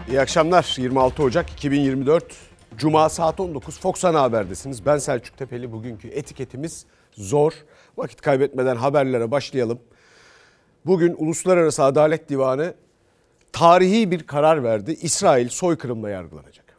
İyi akşamlar. 26 Ocak 2024 Cuma saat 19 Fox Ana Haber'desiniz. Ben Selçuk Tepeli. Bugünkü etiketimiz zor. Vakit kaybetmeden haberlere başlayalım. Bugün Uluslararası Adalet Divanı tarihi bir karar verdi. İsrail soykırımla yargılanacak.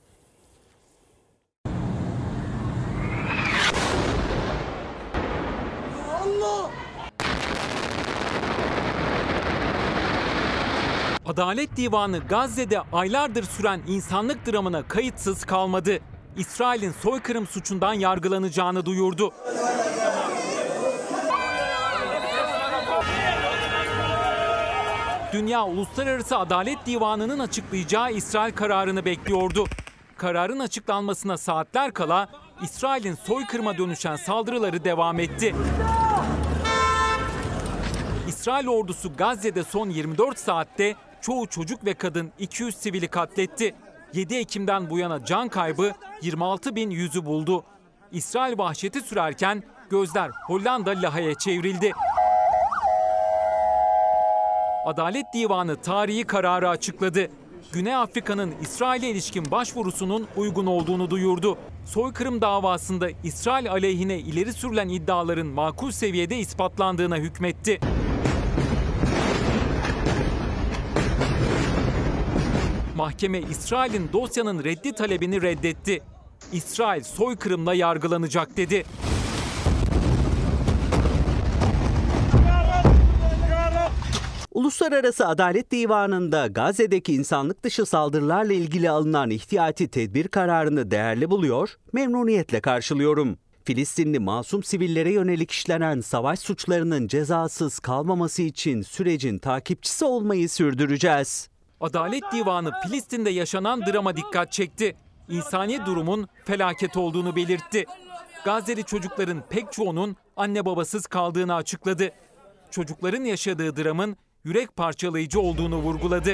Adalet Divanı Gazze'de aylardır süren insanlık dramına kayıtsız kalmadı. İsrail'in soykırım suçundan yargılanacağını duyurdu. Dünya Uluslararası Adalet Divanı'nın açıklayacağı İsrail kararını bekliyordu. Kararın açıklanmasına saatler kala İsrail'in soykırıma dönüşen saldırıları devam etti. İsrail ordusu Gazze'de son 24 saatte çoğu çocuk ve kadın 200 sivili katletti. 7 Ekim'den bu yana can kaybı 26.100'ü buldu. İsrail vahşeti sürerken gözler Hollanda Lahey'e çevrildi. Adalet Divanı tarihi kararı açıkladı. Güney Afrika'nın İsrail'e ilişkin başvurusunun uygun olduğunu duyurdu. Soykırım davasında İsrail aleyhine ileri sürülen iddiaların makul seviyede ispatlandığına hükmetti. Mahkeme İsrail'in dosyanın reddi talebini reddetti. İsrail soykırımla yargılanacak dedi. Uluslararası Adalet Divanı'nda Gazze'deki insanlık dışı saldırılarla ilgili alınan ihtiyati tedbir kararını değerli buluyor, memnuniyetle karşılıyorum. Filistinli masum sivillere yönelik işlenen savaş suçlarının cezasız kalmaması için sürecin takipçisi olmayı sürdüreceğiz. Adalet Divanı Filistin'de yaşanan drama dikkat çekti. İnsani durumun felaket olduğunu belirtti. Gazze'li çocukların pek çoğunun anne babasız kaldığını açıkladı. Çocukların yaşadığı dramın yürek parçalayıcı olduğunu vurguladı.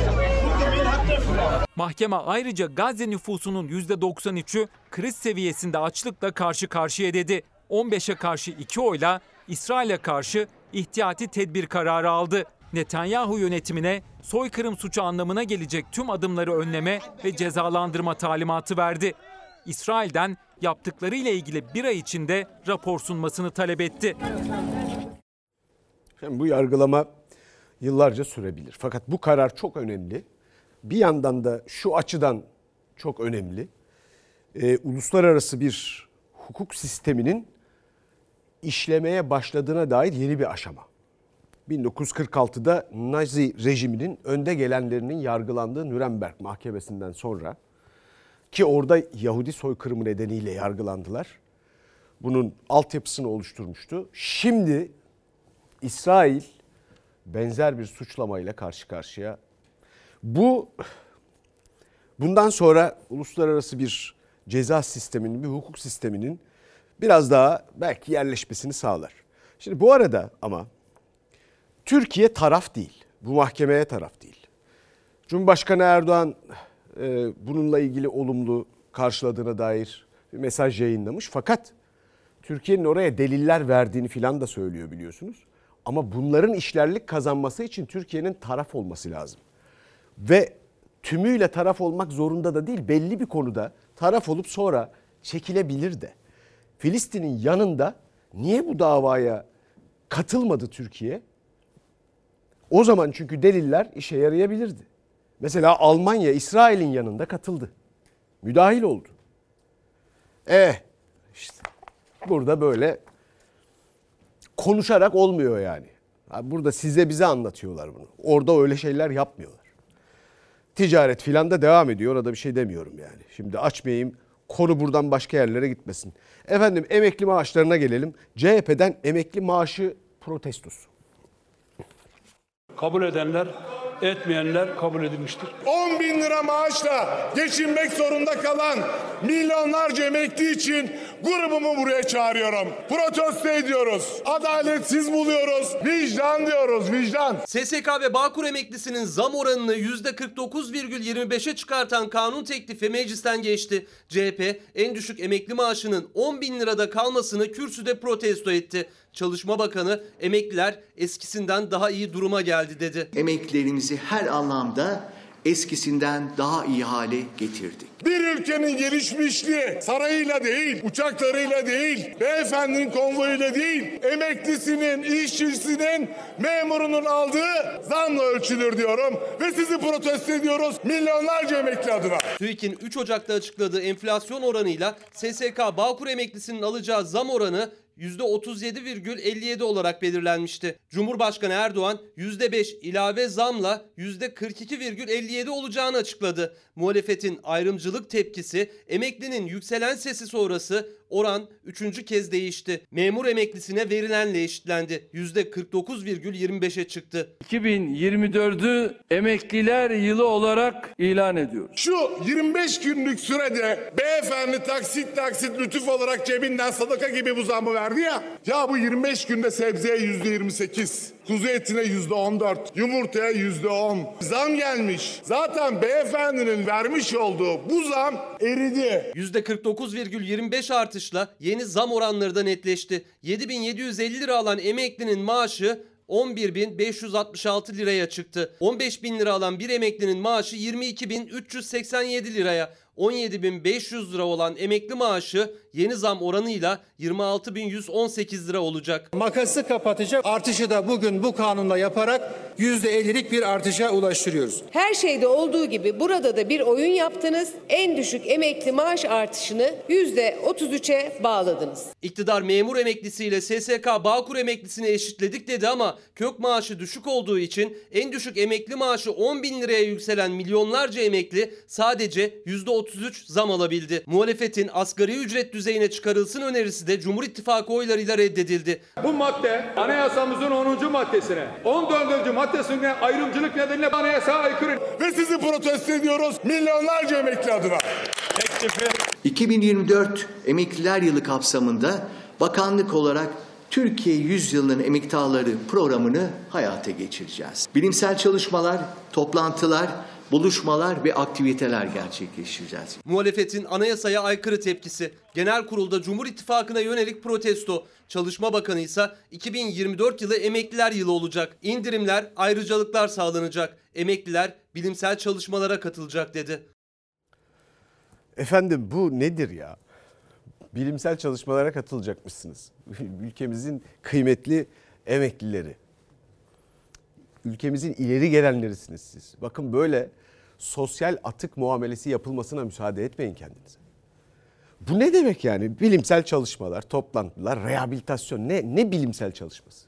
Mahkeme ayrıca Gazze nüfusunun %93'ü kriz seviyesinde açlıkla karşı karşıya dedi. 15'e karşı 2 oyla İsrail'e karşı ihtiyati tedbir kararı aldı. Netanyahu yönetimine soykırım suçu anlamına gelecek tüm adımları önleme ve cezalandırma talimatı verdi. İsrail'den yaptıklarıyla ilgili bir ay içinde rapor sunmasını talep etti. Şimdi bu yargılama yıllarca sürebilir. Fakat bu karar çok önemli. Bir yandan da şu açıdan çok önemli. Uluslararası bir hukuk sisteminin işlemeye başladığına dair yeni bir aşama. 1946'da Nazi rejiminin önde gelenlerinin yargılandığı Nürnberg Mahkemesi'nden sonra, ki orada Yahudi soykırımı nedeniyle yargılandılar, bunun altyapısını oluşturmuştu. Şimdi İsrail benzer bir suçlamayla karşı karşıya. Bundan sonra uluslararası bir ceza sisteminin, bir hukuk sisteminin biraz daha belki yerleşmesini sağlar. Şimdi bu arada ama Türkiye taraf değil. Bu mahkemeye taraf değil. Cumhurbaşkanı Erdoğan bununla ilgili olumlu karşıladığına dair bir mesaj yayınlamış. Fakat Türkiye'nin oraya deliller verdiğini filan da söylüyor, biliyorsunuz. Ama bunların işlerlik kazanması için Türkiye'nin taraf olması lazım. Ve tümüyle taraf olmak zorunda da değil. Belli bir konuda taraf olup sonra çekilebilir de. Filistin'in yanında niye bu davaya katılmadı Türkiye? O zaman çünkü deliller işe yarayabilirdi. Mesela Almanya İsrail'in yanında katıldı. Müdahil oldu. İşte burada böyle konuşarak olmuyor yani. Burada size bize anlatıyorlar bunu. Orada öyle şeyler yapmıyorlar. Ticaret filan da devam ediyor. Orada bir şey demiyorum yani. Şimdi açmayayım. Konu buradan başka yerlere gitmesin. Efendim, emekli maaşlarına gelelim. CHP'den emekli maaşı protestosu. Kabul edenler, etmeyenler kabul edilmiştir. 10 bin lira maaşla geçinmek zorunda kalan milyonlarca emekli için grubumu buraya çağırıyorum. Protesto ediyoruz. Adaletsiz buluyoruz. Vicdan diyoruz, vicdan. SSK ve Bağkur emeklisinin zam oranını %49,25'e çıkartan kanun teklifi meclisten geçti. CHP en düşük emekli maaşının 10 bin lirada kalmasını kürsüde protesto etti. Çalışma Bakanı emekliler eskisinden daha iyi duruma geldi dedi. Emeklilerimizi her anlamda eskisinden daha iyi hale getirdik. Bir ülkenin gelişmişliği sarayıyla değil, uçaklarıyla değil, beyefendinin konvoyuyla değil, emeklisinin, işçisinin, memurunun aldığı zamla ölçülür diyorum ve sizi protesto ediyoruz milyonlarca emekli adına. TÜİK'in 3 Ocak'ta açıkladığı enflasyon oranıyla SSK Bağkur emeklisinin alacağı zam oranı %37,57 olarak belirlenmişti. Cumhurbaşkanı Erdoğan %5 ilave zamla %42,57 olacağını açıkladı. Muhalefetin ayrımcılık tepkisi, emeklinin yükselen sesi sonrası oran 3. kez değişti. Memur emeklisine verilenle eşitlendi. %49,25'e çıktı. 2024'ü emekliler yılı olarak ilan ediyoruz. Şu 25 günlük sürede beyefendi taksit lütuf olarak cebinden sadaka gibi bu zammı verdi ya. Ya bu 25 günde sebzeye %28, kuzu etine %14, yumurtaya %10 zam gelmiş. Zaten beyefendinin vermiş olduğu bu zam eridi. %49,25 artışla yeni zam oranları da netleşti. 7.750 lira alan emeklinin maaşı 11.566 liraya çıktı. 15.000 lira alan bir emeklinin maaşı 22.387 liraya. 17.500 lira olan emekli maaşı yeni zam oranıyla 26.118 lira olacak. Makası kapatacak artışı da bugün bu kanunla yaparak %50'lik bir artışa ulaştırıyoruz. Her şeyde olduğu gibi burada da bir oyun yaptınız. En düşük emekli maaş artışını %33'e bağladınız. İktidar memur emeklisiyle SSK Bağkur emeklisini eşitledik dedi ama kök maaşı düşük olduğu için en düşük emekli maaşı 10.000 liraya yükselen milyonlarca emekli sadece %33 zam alabildi. Muhalefetin asgari ücret düzeyine çıkarılsın önerisi de Cumhur İttifakı oylarıyla reddedildi. Bu madde anayasamızın 10. maddesine, 14. maddesine ayrımcılık nedeniyle anayasaya aykırı. Ve sizi protesto ediyoruz milyonlarca emekli adına. 2024 Emekliler Yılı kapsamında bakanlık olarak Türkiye Yüzyılı'nın emektarları programını hayata geçireceğiz. Bilimsel çalışmalar, toplantılar, buluşmalar ve aktiviteler gerçekleştireceğiz. Muhalefetin anayasaya aykırı tepkisi. Genel kurulda Cumhur İttifakı'na yönelik protesto. Çalışma Bakanı ise 2024 yılı emekliler yılı olacak. İndirimler, ayrıcalıklar sağlanacak. Emekliler bilimsel çalışmalara katılacak dedi. Efendim bu nedir ya? Bilimsel çalışmalara katılacakmışsınız. Ülkemizin kıymetli emeklileri. Ülkemizin ileri gelenlerisiniz siz. Bakın böyle sosyal atık muamelesi yapılmasına müsaade etmeyin kendinize. Bu ne demek yani? Bilimsel çalışmalar, toplantılar, rehabilitasyon. Ne bilimsel çalışması?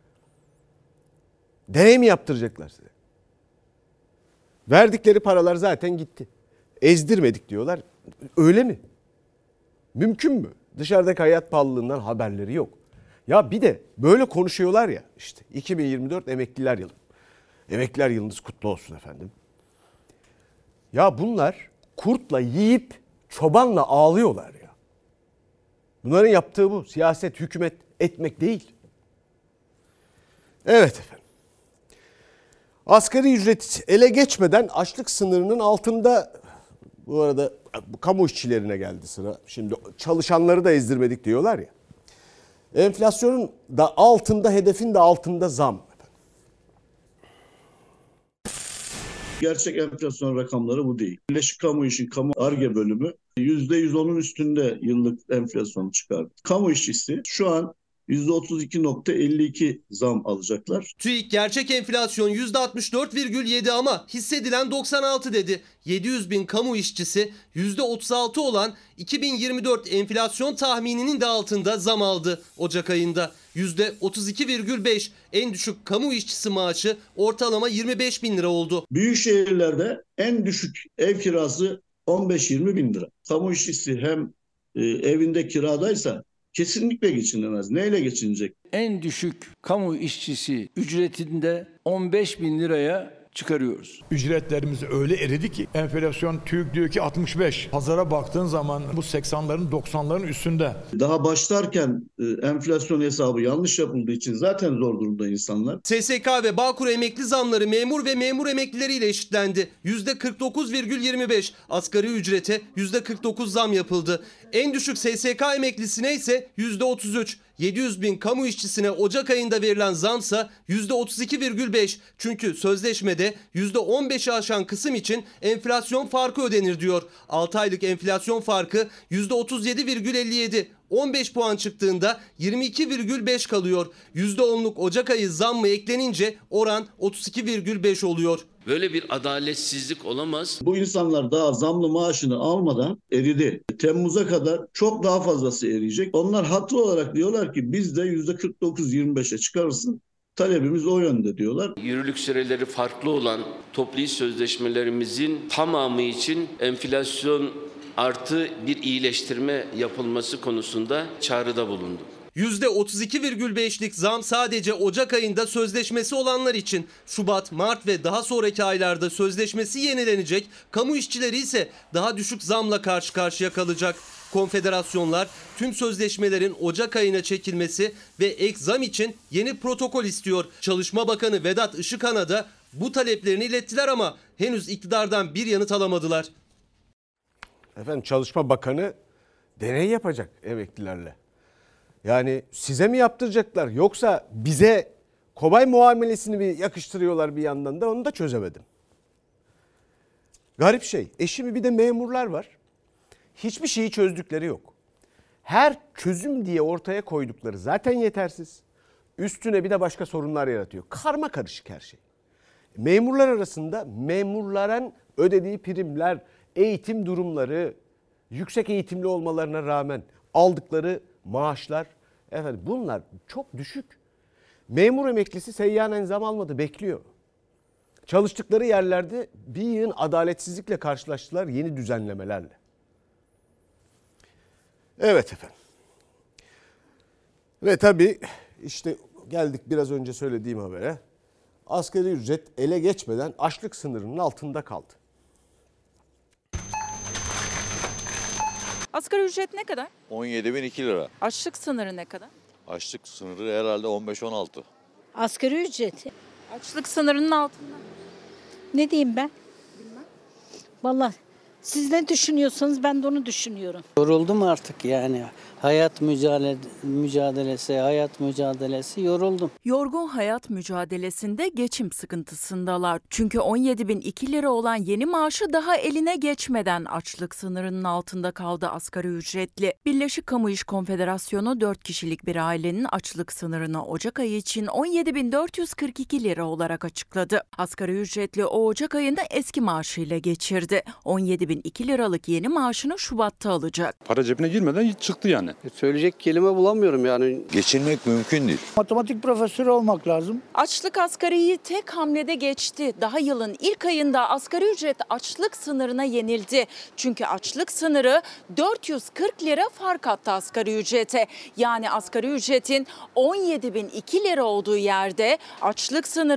Deney mi yaptıracaklar size? Verdikleri paralar zaten gitti. Ezdirmedik diyorlar. Öyle mi? Mümkün mü? Dışarıdaki hayat pahalılığından haberleri yok. Ya bir de böyle konuşuyorlar ya işte 2024 emekliler yılı. Emekliler yılınız kutlu olsun efendim. Ya bunlar kurtla yiyip çobanla ağlıyorlar ya. Bunların yaptığı bu. Siyaset, hükümet etmek değil. Evet efendim. Asgari ücret ele geçmeden açlık sınırının altında, bu arada kamu işçilerine geldi sıra. Şimdi çalışanları da ezdirmedik diyorlar ya. Enflasyonun da altında, hedefin de altında zam. Gerçek enflasyon rakamları bu değil. Birleşik Kamu İş'in kamu Ar-Ge bölümü %110'un üstünde yıllık enflasyon çıkardı. Kamu işçisi şu an %32,52 zam alacaklar. TÜİK gerçek enflasyon %64,7 ama hissedilen 96 dedi. 700 bin kamu işçisi %36 olan 2024 enflasyon tahmininin de altında zam aldı Ocak ayında. %32,5 en düşük kamu işçisi maaşı ortalama 25 bin lira oldu. Büyük şehirlerde en düşük ev kirası 15-20 bin lira. Kamu işçisi hem evinde kiradaysa kesinlikle geçinemez. Neyle geçinecek? En düşük kamu işçisi ücretinde 15 bin liraya çıkarıyoruz. Ücretlerimiz öyle eridi ki enflasyon TÜİK diyor ki 65. Pazara baktığın zaman bu 80'ların 90'ların üstünde. Daha başlarken enflasyon hesabı yanlış yapıldığı için zaten zor durumda insanlar. SSK ve Bağkur emekli zamları memur ve memur emeklileriyle eşitlendi. %49,25 asgari ücrete %49 zam yapıldı. En düşük SSK emeklisine ise %33, 700 bin kamu işçisine Ocak ayında verilen zamsa %32,5. Çünkü sözleşmede %15'i aşan kısım için enflasyon farkı ödenir diyor. 6 aylık enflasyon farkı %37,57. 15 puan çıktığında 22,5 kalıyor. %10'luk Ocak ayı zammı eklenince oran 32,5 oluyor. Böyle bir adaletsizlik olamaz. Bu insanlar daha zamlı maaşını almadan eridi. Temmuz'a kadar çok daha fazlası eriyecek. Onlar haklı olarak diyorlar ki biz de %49-25'e çıkarırsın. Talebimiz o yönde diyorlar. Yürürlük süreleri farklı olan toplu iş sözleşmelerimizin tamamı için enflasyon artı bir iyileştirme yapılması konusunda çağrıda bulundu. %32,5'lik zam sadece Ocak ayında sözleşmesi olanlar için. Şubat, Mart ve daha sonraki aylarda sözleşmesi yenilenecek. Kamu işçileri ise daha düşük zamla karşı karşıya kalacak. Konfederasyonlar tüm sözleşmelerin Ocak ayına çekilmesi ve ek zam için yeni protokol istiyor. Çalışma Bakanı Vedat Işıkhan'a da bu taleplerini ilettiler ama henüz iktidardan bir yanıt alamadılar. Efendim Çalışma Bakanı deney yapacak emeklilerle. Yani size mi yaptıracaklar yoksa bize kobay muamelesini bir yakıştırıyorlar bir yandan da, onu da çözemedim. Garip şey. Şimdi bir de memurlar var. Hiçbir şeyi çözdükleri yok. Her çözüm diye ortaya koydukları zaten yetersiz. Üstüne bir de başka sorunlar yaratıyor. Karma karışık her şey. Memurlar arasında memurların ödediği primler, eğitim durumları, yüksek eğitimli olmalarına rağmen aldıkları maaşlar, efendim bunlar çok düşük. Memur emeklisi seyyanen zam almadı, bekliyor. Çalıştıkları yerlerde bir yığın adaletsizlikle karşılaştılar yeni düzenlemelerle. Evet efendim. Ve tabii işte geldik biraz önce söylediğim habere. Asgari ücret ele geçmeden açlık sınırının altında kaldı. Asgari ücret ne kadar? 17.002 lira. Açlık sınırı ne kadar? Açlık sınırı herhalde 15-16. Asgari ücret. Açlık sınırının altında. Ne diyeyim ben? Bilmem. Vallahi siz ne düşünüyorsanız ben de onu düşünüyorum. Yoruldum artık yani. Hayat mücadelesi yoruldum. Yorgun hayat mücadelesinde geçim sıkıntısındalar. Çünkü 17.002 lira olan yeni maaşı daha eline geçmeden açlık sınırının altında kaldı asgari ücretli. Birleşik Kamu İş Konfederasyonu 4 kişilik bir ailenin açlık sınırını Ocak ayı için 17.442 lira olarak açıkladı. Asgari ücretli o Ocak ayında eski maaşıyla geçirdi. 17.002 liralık yeni maaşını Şubat'ta alacak. Para cebine girmeden çıktı yani. Söyleyecek kelime bulamıyorum yani. Geçinmek mümkün değil. Matematik profesörü olmak lazım. Açlık asgariyi tek hamlede geçti. Daha yılın ilk ayında asgari ücret açlık sınırına yenildi. Çünkü açlık sınırı 440 lira fark attı asgari ücrete. Yani asgari ücretin 17.002 lira olduğu yerde açlık sınırı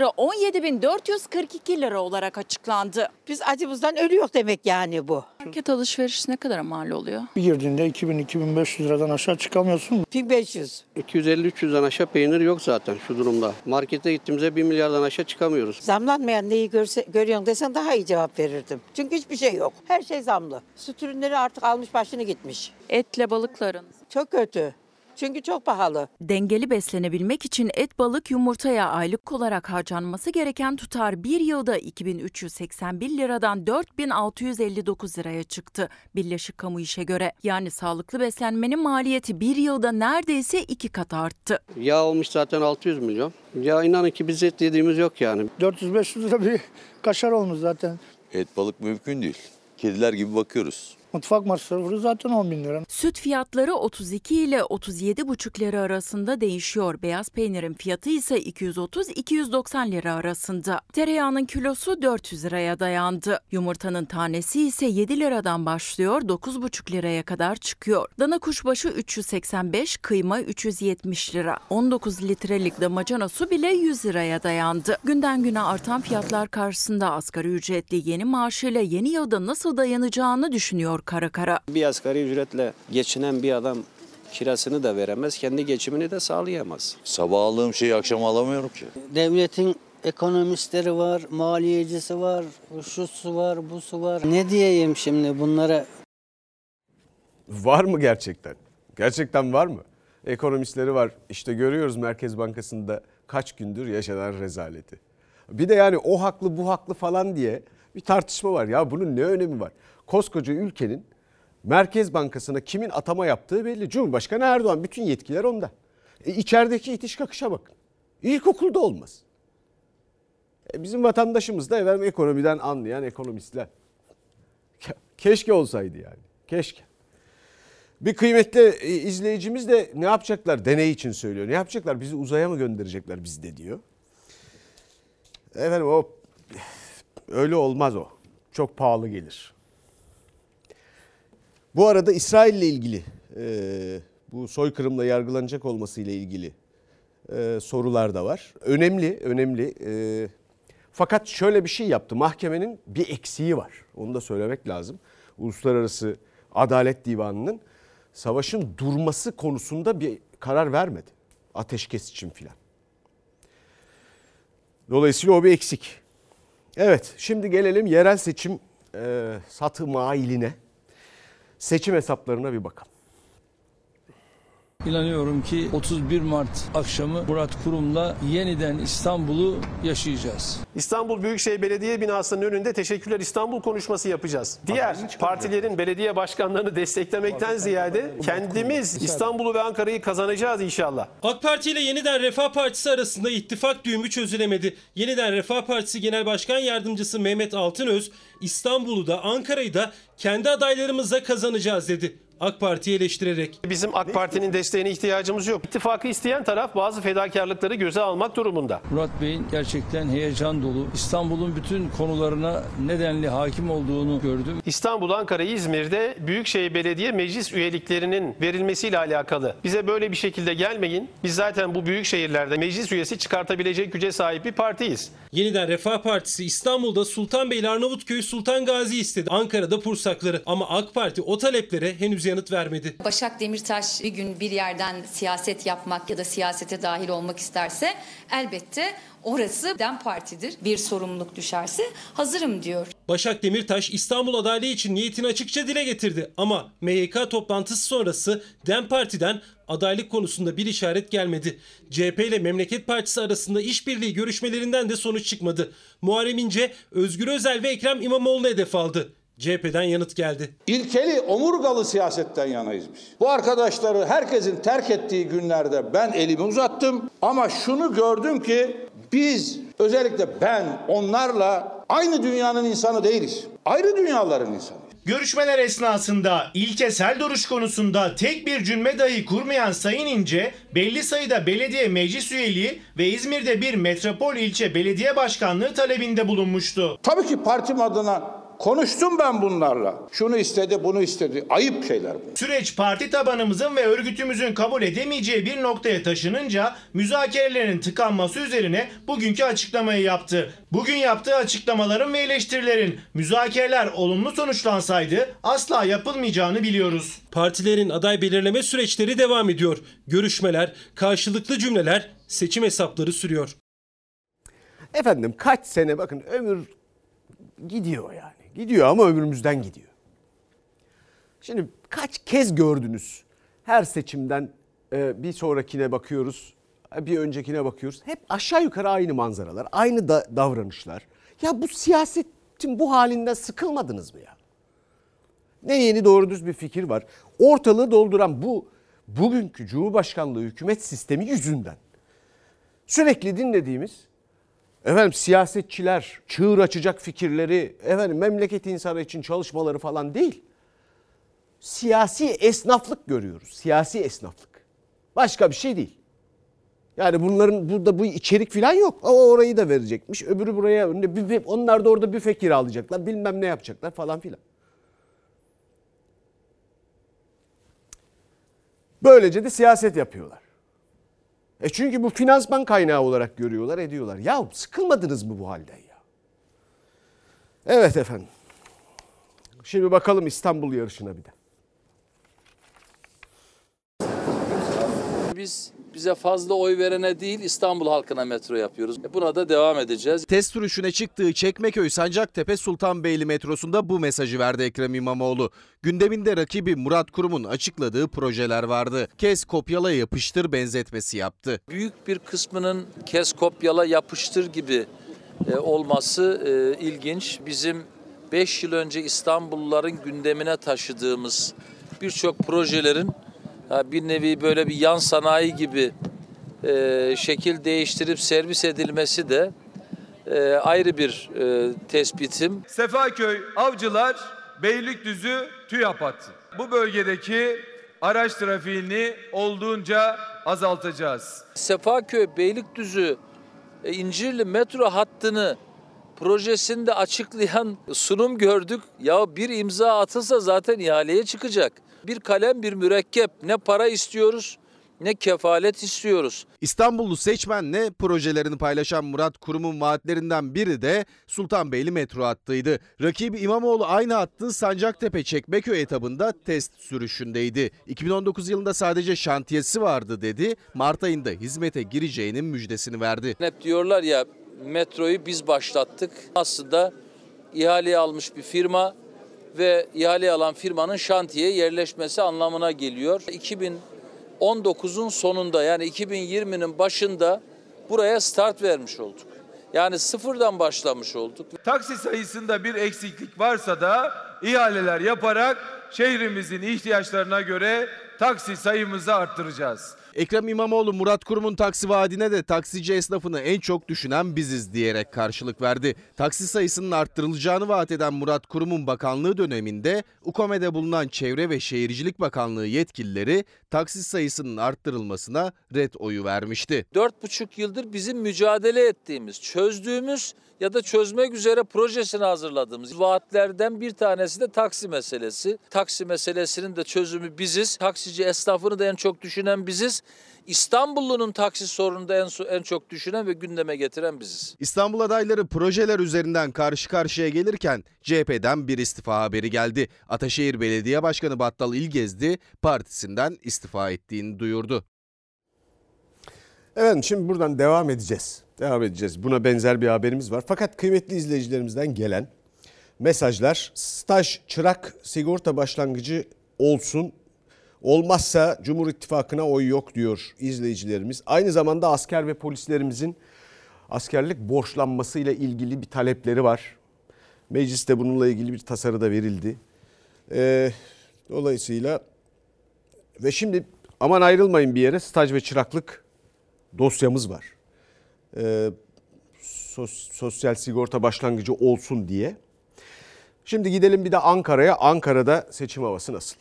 17.442 lira olarak açıklandı. Biz acımızdan ölüyor demek yani bu. Market alışverişi ne kadar mal oluyor? Bir girdiğinde 2000-2500 liradan aşağı çıkamıyorsun. 1500. 250-300'den aşağı peynir yok zaten şu durumda. Markete gittiğimizde 1 milyardan aşağı çıkamıyoruz. Zamlanmayan neyi görüyorsun desen daha iyi cevap verirdim. Çünkü hiçbir şey yok. Her şey zamlı. Süt ürünleri artık almış başını gitmiş. Etle balıkla aranız? Çok kötü. Çünkü çok pahalı. Dengeli beslenebilmek için et, balık, yumurtaya aylık olarak harcanması gereken tutar bir yılda 2.381 liradan 4.659 liraya çıktı Birleşik Kamu İş'e göre. Yani sağlıklı beslenmenin maliyeti bir yılda neredeyse 2 kat arttı. Yağ olmuş zaten 600 milyon. Ya inanın ki biz et yediğimiz yok yani. 400-500 lira bir kaşar olmuş zaten. Et balık mümkün değil. Kediler gibi bakıyoruz. Mutfak masrafı zaten 10.000 lira. Süt fiyatları 32 ile 37,5 lira arasında değişiyor. Beyaz peynirin fiyatı ise 230-290 lira arasında. Tereyağının kilosu 400 liraya dayandı. Yumurtanın tanesi ise 7 liradan başlıyor, 9,5 liraya kadar çıkıyor. Dana kuşbaşı 385, kıyma 370 lira. 19 litrelik damacana su bile 100 liraya dayandı. Günden güne artan fiyatlar karşısında asgari ücretli yeni maaşıyla yeni yılda nasıl dayanacağını düşünüyor kara kara. Bir asgari ücretle geçinen bir adam kirasını da veremez, kendi geçimini de sağlayamaz. Sabah aldığım şeyi akşam alamıyorum ki. Devletin ekonomistleri var, maliyecisi var, şusu var, busu var. Ne diyeyim şimdi bunlara? Var mı gerçekten? Gerçekten var mı? ekonomistleri var. İşte görüyoruz Merkez Bankası'nda kaç gündür yaşanan rezaleti. Bir de yani o haklı bu haklı falan diye bir tartışma var. Ya bunun ne önemi var? Koskoca ülkenin Merkez Bankası'na kimin atama yaptığı belli. Cumhurbaşkanı Erdoğan, bütün yetkiler onda. İçerideki itiş kakışa bakın. İlkokulda olmaz. Bizim vatandaşımız da efendim ekonomiden anlayan ekonomistler. Keşke olsaydı yani. Keşke. Bir kıymetli izleyicimiz de ne yapacaklar? Deney için söylüyor. Ne yapacaklar? Bizi uzaya mı gönderecekler bizde diyor. Efendim o öyle olmaz o. Çok pahalı gelir. Bu arada İsrail ile ilgili bu soykırımla yargılanacak olmasıyla ilgili sorular da var. Önemli. Fakat şöyle bir şey yaptı. Mahkemenin bir eksiği var. Onu da söylemek lazım. Uluslararası Adalet Divanı'nın savaşın durması konusunda bir karar vermedi. Ateşkes için filan. Dolayısıyla o bir eksik. Evet, şimdi gelelim yerel seçim satı mailine. Seçim hesaplarına bir bakalım. İnanıyorum ki 31 Mart akşamı Murat Kurum'la yeniden İstanbul'u yaşayacağız. İstanbul Büyükşehir Belediye binasının önünde Teşekkürler İstanbul konuşması yapacağız. Diğer partilerin belediye başkanlarını desteklemekten ziyade kendimiz İstanbul'u ve Ankara'yı kazanacağız inşallah. AK Parti ile Yeniden Refah Partisi arasında ittifak düğümü çözülemedi. Yeniden Refah Partisi Genel Başkan Yardımcısı Mehmet Altınöz, İstanbul'u da Ankara'yı da kendi adaylarımızla kazanacağız dedi. AK Parti'yi eleştirerek. Bizim AK Parti'nin desteğine ihtiyacımız yok. İttifakı isteyen taraf bazı fedakarlıkları göze almak durumunda. Murat Bey'in gerçekten heyecan dolu, İstanbul'un bütün konularına nedenli hakim olduğunu gördüm. İstanbul, Ankara, İzmir'de Büyükşehir Belediye Meclis üyeliklerinin verilmesiyle alakalı. Bize böyle bir şekilde gelmeyin. Biz zaten bu büyük şehirlerde meclis üyesi çıkartabilecek güce sahip bir partiyiz. Yeniden Refah Partisi İstanbul'da Sultanbeyli, Arnavutköy, Sultan Gazi istedi. Ankara'da Pursakları. Ama AK Parti o taleplere henüz yanıt vermedi. Başak Demirtaş bir gün bir yerden siyaset yapmak ya da siyasete dahil olmak isterse elbette orası DEM Parti'dir. Bir sorumluluk düşerse hazırım diyor. Başak Demirtaş İstanbul adaylığı için niyetini açıkça dile getirdi. Ama MYK toplantısı sonrası DEM Parti'den adaylık konusunda bir işaret gelmedi. CHP ile Memleket Partisi arasında işbirliği görüşmelerinden de sonuç çıkmadı. Muharrem İnce, Özgür Özel ve Ekrem İmamoğlu'na hedef aldı. CHP'den yanıt geldi. İlkeli, omurgalı siyasetten yanayız biz. Bu arkadaşları herkesin terk ettiği günlerde ben elimi uzattım. Ama şunu gördüm ki biz, özellikle ben, onlarla aynı dünyanın insanı değiliz. Ayrı dünyaların insanı. Görüşmeler esnasında ilkesel duruş konusunda tek bir cümle dahi kurmayan Sayın İnce, belli sayıda belediye meclis üyeliği ve İzmir'de bir metropol ilçe belediye başkanlığı talebinde bulunmuştu. Tabii ki partim adına konuştum ben bunlarla. Şunu istedi, bunu istedi. Ayıp şeyler bu. Süreç parti tabanımızın ve örgütümüzün kabul edemeyeceği bir noktaya taşınınca müzakerelerin tıkanması üzerine bugünkü açıklamayı yaptı. Bugün yaptığı açıklamaların ve eleştirilerin müzakereler olumlu sonuçlansaydı asla yapılmayacağını biliyoruz. Partilerin aday belirleme süreçleri devam ediyor. Görüşmeler, karşılıklı cümleler, seçim hesapları sürüyor. Efendim kaç sene bakın ömür gidiyor yani. Gidiyor ama ömrümüzden gidiyor. Şimdi kaç kez gördünüz? Her seçimden bir sonrakine bakıyoruz, bir öncekine bakıyoruz. Hep aşağı yukarı aynı manzaralar, aynı davranışlar. Ya bu siyasetin bu halinden sıkılmadınız mı ya? Ne yeni doğru düz bir fikir var. Ortalığı dolduran bu bugünkü Cumhurbaşkanlığı hükümet sistemi yüzünden sürekli dinlediğimiz siyasetçiler çığır açacak fikirleri, memleket insanı için çalışmaları falan değil. Siyasi esnaflık görüyoruz. Siyasi esnaflık. Başka bir şey değil. Yani bunların burada bu içerik falan yok. O orayı da verecekmiş. Öbürü buraya. Onlar da orada büfe kiralayacaklar. Bilmem ne yapacaklar falan filan. Böylece de siyaset yapıyorlar. Çünkü bu finansman kaynağı olarak görüyorlar, ediyorlar. Ya sıkılmadınız mı bu halden ya? Evet efendim. Şimdi bakalım İstanbul yarışına bir de. Biz bize fazla oy verene değil İstanbul halkına metro yapıyoruz. Buna da devam edeceğiz. Test sürüşüne çıktığı Çekmeköy Sancaktepe Sultanbeyli metrosunda bu mesajı verdi Ekrem İmamoğlu. Gündeminde rakibi Murat Kurum'un açıkladığı projeler vardı. Kes kopyala yapıştır benzetmesi yaptı. Büyük bir kısmının kes kopyala yapıştır gibi olması ilginç. Bizim 5 yıl önce İstanbulluların gündemine taşıdığımız birçok projelerin bir nevi böyle bir yan sanayi gibi şekil değiştirip servis edilmesi de ayrı bir tespitim. Sefaköy, Avcılar, Beylikdüzü, TÜYAP hattı. Bu bölgedeki araç trafiğini olduğunca azaltacağız. Sefaköy, Beylikdüzü, İncirli metro hattını projesinde açıklayan sunum gördük. Ya bir imza atılsa zaten ihaleye çıkacak. Bir kalem bir mürekkep, ne para istiyoruz ne kefalet istiyoruz. İstanbullu seçmenle projelerini paylaşan Murat Kurum'un vaatlerinden biri de Sultanbeyli metro hattıydı. Rakibi İmamoğlu aynı hattın Sancaktepe Çekmeköy etabında test sürüşündeydi. 2019 yılında sadece şantiyesi vardı dedi. Mart ayında hizmete gireceğinin müjdesini verdi. Hep diyorlar ya metroyu biz başlattık. Aslında ihaleye almış bir firma ve ihale alan firmanın şantiyeye yerleşmesi anlamına geliyor. 2019'un sonunda yani 2020'nin başında buraya start vermiş olduk. Yani sıfırdan başlamış olduk. Taksi sayısında bir eksiklik varsa da ihaleler yaparak şehrimizin ihtiyaçlarına göre taksi sayımızı arttıracağız. Ekrem İmamoğlu Murat Kurum'un taksi vaadine de taksici esnafını en çok düşünen biziz diyerek karşılık verdi. Taksi sayısının arttırılacağını vaat eden Murat Kurum'un bakanlığı döneminde UKOME'de bulunan Çevre ve Şehircilik Bakanlığı yetkilileri taksi sayısının arttırılmasına red oyu vermişti. 4,5 yıldır bizim mücadele ettiğimiz, çözdüğümüz ya da çözmek üzere projesini hazırladığımız vaatlerden bir tanesi de taksi meselesi. Taksi meselesinin de çözümü biziz. Taksici esnafını da en çok düşünen biziz. İstanbullunun taksi sorununu da en çok düşünen ve gündeme getiren biziz. İstanbul adayları projeler üzerinden karşı karşıya gelirken CHP'den bir istifa haberi geldi. Ataşehir Belediye Başkanı Battal İlgezdi partisinden istifa ettiğini duyurdu. Evet, şimdi buradan devam edeceğiz. Buna benzer bir haberimiz var. Fakat kıymetli izleyicilerimizden gelen mesajlar staj çırak sigorta başlangıcı olsun. Olmazsa Cumhur İttifakı'na oy yok diyor izleyicilerimiz. Aynı zamanda asker ve polislerimizin askerlik borçlanmasıyla ilgili bir talepleri var. Mecliste bununla ilgili bir tasarı da verildi. Dolayısıyla ve şimdi aman ayrılmayın bir yere, staj ve çıraklık dosyamız var. Sosyal sigorta başlangıcı olsun diye. Şimdi gidelim bir de Ankara'ya. Ankara'da seçim havası nasıl?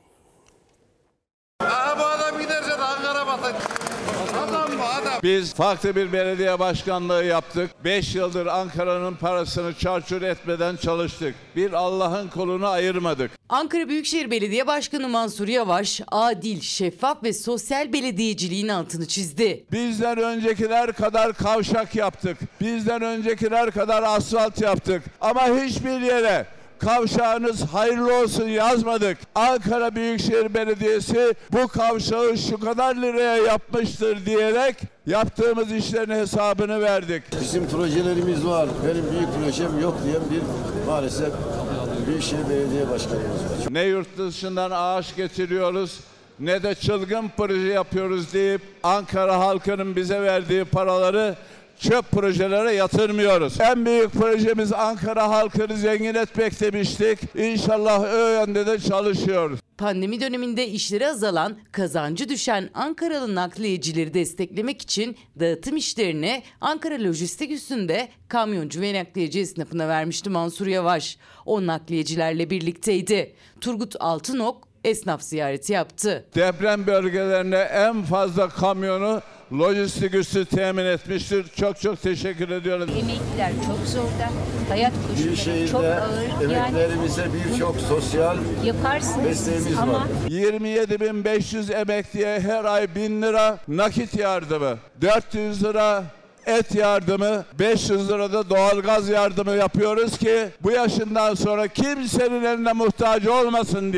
Bu adam giderse Ankara batacak. Adam mı adam? Biz farklı bir belediye başkanlığı yaptık. 5 yıldır Ankara'nın parasını çarçur etmeden çalıştık. Bir Allah'ın kolunu ayırmadık. Ankara Büyükşehir Belediye Başkanı Mansur Yavaş, adil, şeffaf ve sosyal belediyeciliğin altını çizdi. Bizden öncekiler kadar kavşak yaptık. Bizden öncekiler kadar asfalt yaptık. Ama hiçbir yere kavşağınız hayırlı olsun yazmadık. Ankara Büyükşehir Belediyesi bu kavşağı şu kadar liraya yapmıştır diyerek yaptığımız işlerin hesabını verdik. Bizim projelerimiz var. Benim büyük projem yok diyen bir maalesef Büyükşehir Belediye Başkanımız var. Ne yurt dışından ağaç getiriyoruz ne de çılgın proje yapıyoruz deyip Ankara halkının bize verdiği paraları çöp projelere yatırmıyoruz. En büyük projemiz Ankara halkını zengin etmek demiştik. İnşallah o yönde de çalışıyoruz. Pandemi döneminde işleri azalan, kazancı düşen Ankaralı nakliyecileri desteklemek için dağıtım işlerini Ankara Lojistik üstünde kamyoncu ve nakliyeci esnafına vermişti Mansur Yavaş. O nakliyecilerle birlikteydi. Turgut Altınok esnaf ziyareti yaptı. Deprem bölgelerine en fazla kamyonu lojistik üssü temin etmiştir. Çok çok teşekkür ediyorum. Emekliler çok zorda. Hayat koşulları çok ağır. Emeklilerimize birçok sosyal desteğimiz var. 27.500 emekliye her ay 1000 lira nakit yardımı, 400 lira et yardımı, 500 lira da doğalgaz yardımı yapıyoruz ki bu yaşından sonra kimsenin eline muhtaç olmasın diye.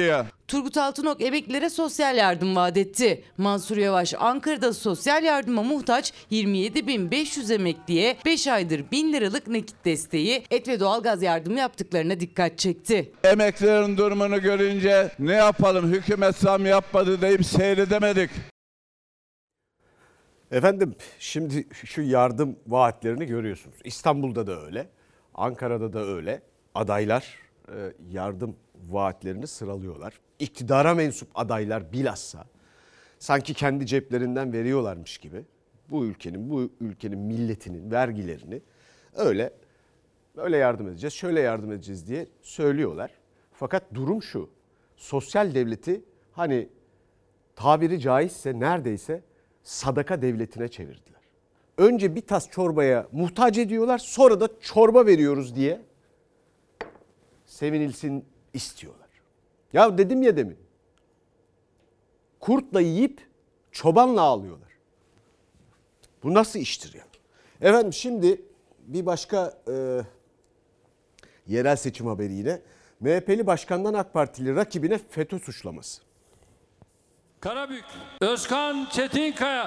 Turgut Altınok emeklilere sosyal yardım vaat etti. Mansur Yavaş Ankara'da sosyal yardıma muhtaç 27.500 emekliye 5 aydır 1000 liralık nakit desteği, et ve doğalgaz yardımı yaptıklarına dikkat çekti. Emeklilerin durumunu görünce ne yapalım, hükümet zam yapmadı deyip seyredemedik. Efendim şimdi şu yardım vaatlerini görüyorsunuz. İstanbul'da da öyle, Ankara'da da öyle. Adaylar yardım vaatlerini sıralıyorlar. İktidara mensup adaylar bilhassa sanki kendi ceplerinden veriyorlarmış gibi bu ülkenin milletinin vergilerini öyle yardım edeceğiz, şöyle yardım edeceğiz diye söylüyorlar. Fakat durum şu: sosyal devleti hani tabiri caizse neredeyse sadaka devletine çevirdiler. Önce bir tas çorbaya muhtaç ediyorlar, sonra da çorba veriyoruz diye sevinilsin istiyorlar. Ya dedim ya demin, kurtla yiyip çobanla ağlıyorlar. Bu nasıl iştir ya? Efendim şimdi bir başka yerel seçim haberiyle MHP'li başkandan AK Partili rakibine FETÖ suçlaması. Karabük, Özkan Çetinkaya.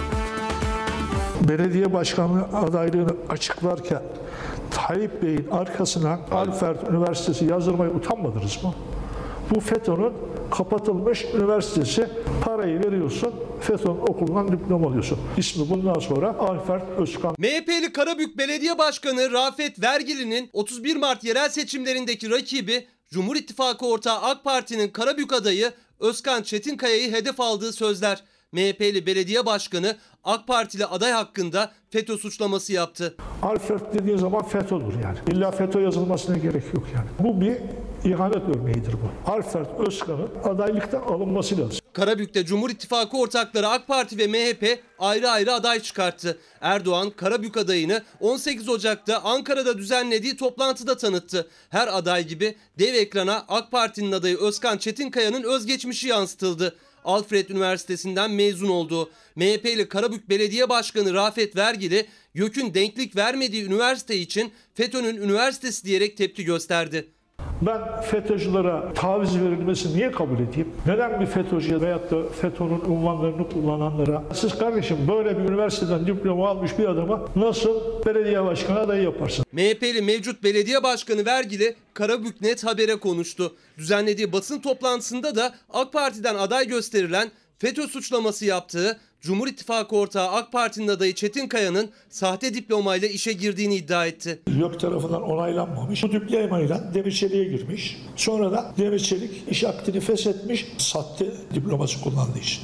Belediye başkanlığı adaylığını açıklarken Tayyip Bey'in arkasına Alfred Üniversitesi yazdırmaya utanmadınız mı? Bu FETÖ'nün kapatılmış üniversitesi, parayı veriyorsun, FETÖ'nün okulundan diploma alıyorsun. İsmi bundan sonra Alfred Özkan. MHP'li Karabük Belediye Başkanı Rafet Vergili'nin 31 Mart yerel seçimlerindeki rakibi Cumhur İttifakı ortağı AK Parti'nin Karabük adayı Özkan Çetinkaya'yı hedef aldığı sözler. MHP'li belediye başkanı AK Partili aday hakkında FETÖ suçlaması yaptı. Alfred dediği zaman FETÖ'dür yani. İlla FETÖ yazılmasına gerek yok yani. Bu bir ihanet örneğidir bu. Alfred Özkan'ın adaylıktan alınması lazım. Karabük'te Cumhur İttifakı ortakları AK Parti ve MHP ayrı ayrı aday çıkarttı. Erdoğan Karabük adayını 18 Ocak'ta Ankara'da düzenlediği toplantıda tanıttı. Her aday gibi dev ekrana AK Parti'nin adayı Özkan Çetinkaya'nın özgeçmişi yansıtıldı. Alfred Üniversitesi'nden mezun olduğu MHP'li Karabük Belediye Başkanı Rafet Vergili, YÖK'ün denklik vermediği üniversite için FETÖ'nün üniversitesi diyerek tepki gösterdi. Ben FETÖ'cülere taviz verilmesini niye kabul edeyim? Neden bir FETÖ'cüye veyahut da FETÖ'nün unvanlarını kullananlara, siz kardeşim böyle bir üniversiteden diploma almış bir adama nasıl belediye başkanı adayı yaparsın? MHP'li mevcut belediye başkanı Vergili Karabük Net Haber'e konuştu. Düzenlediği basın toplantısında da AK Parti'den aday gösterilen FETÖ suçlaması yaptığı Cumhur İttifakı ortağı AK Parti'nin adayı Çetinkaya'nın sahte diplomayla işe girdiğini iddia etti. YÖK tarafından onaylanmamış. Bu diplomayla Demir Çelik'e girmiş. Sonra da Demir Çelik iş akdini feshetmiş. Sahte diploması kullandığı için.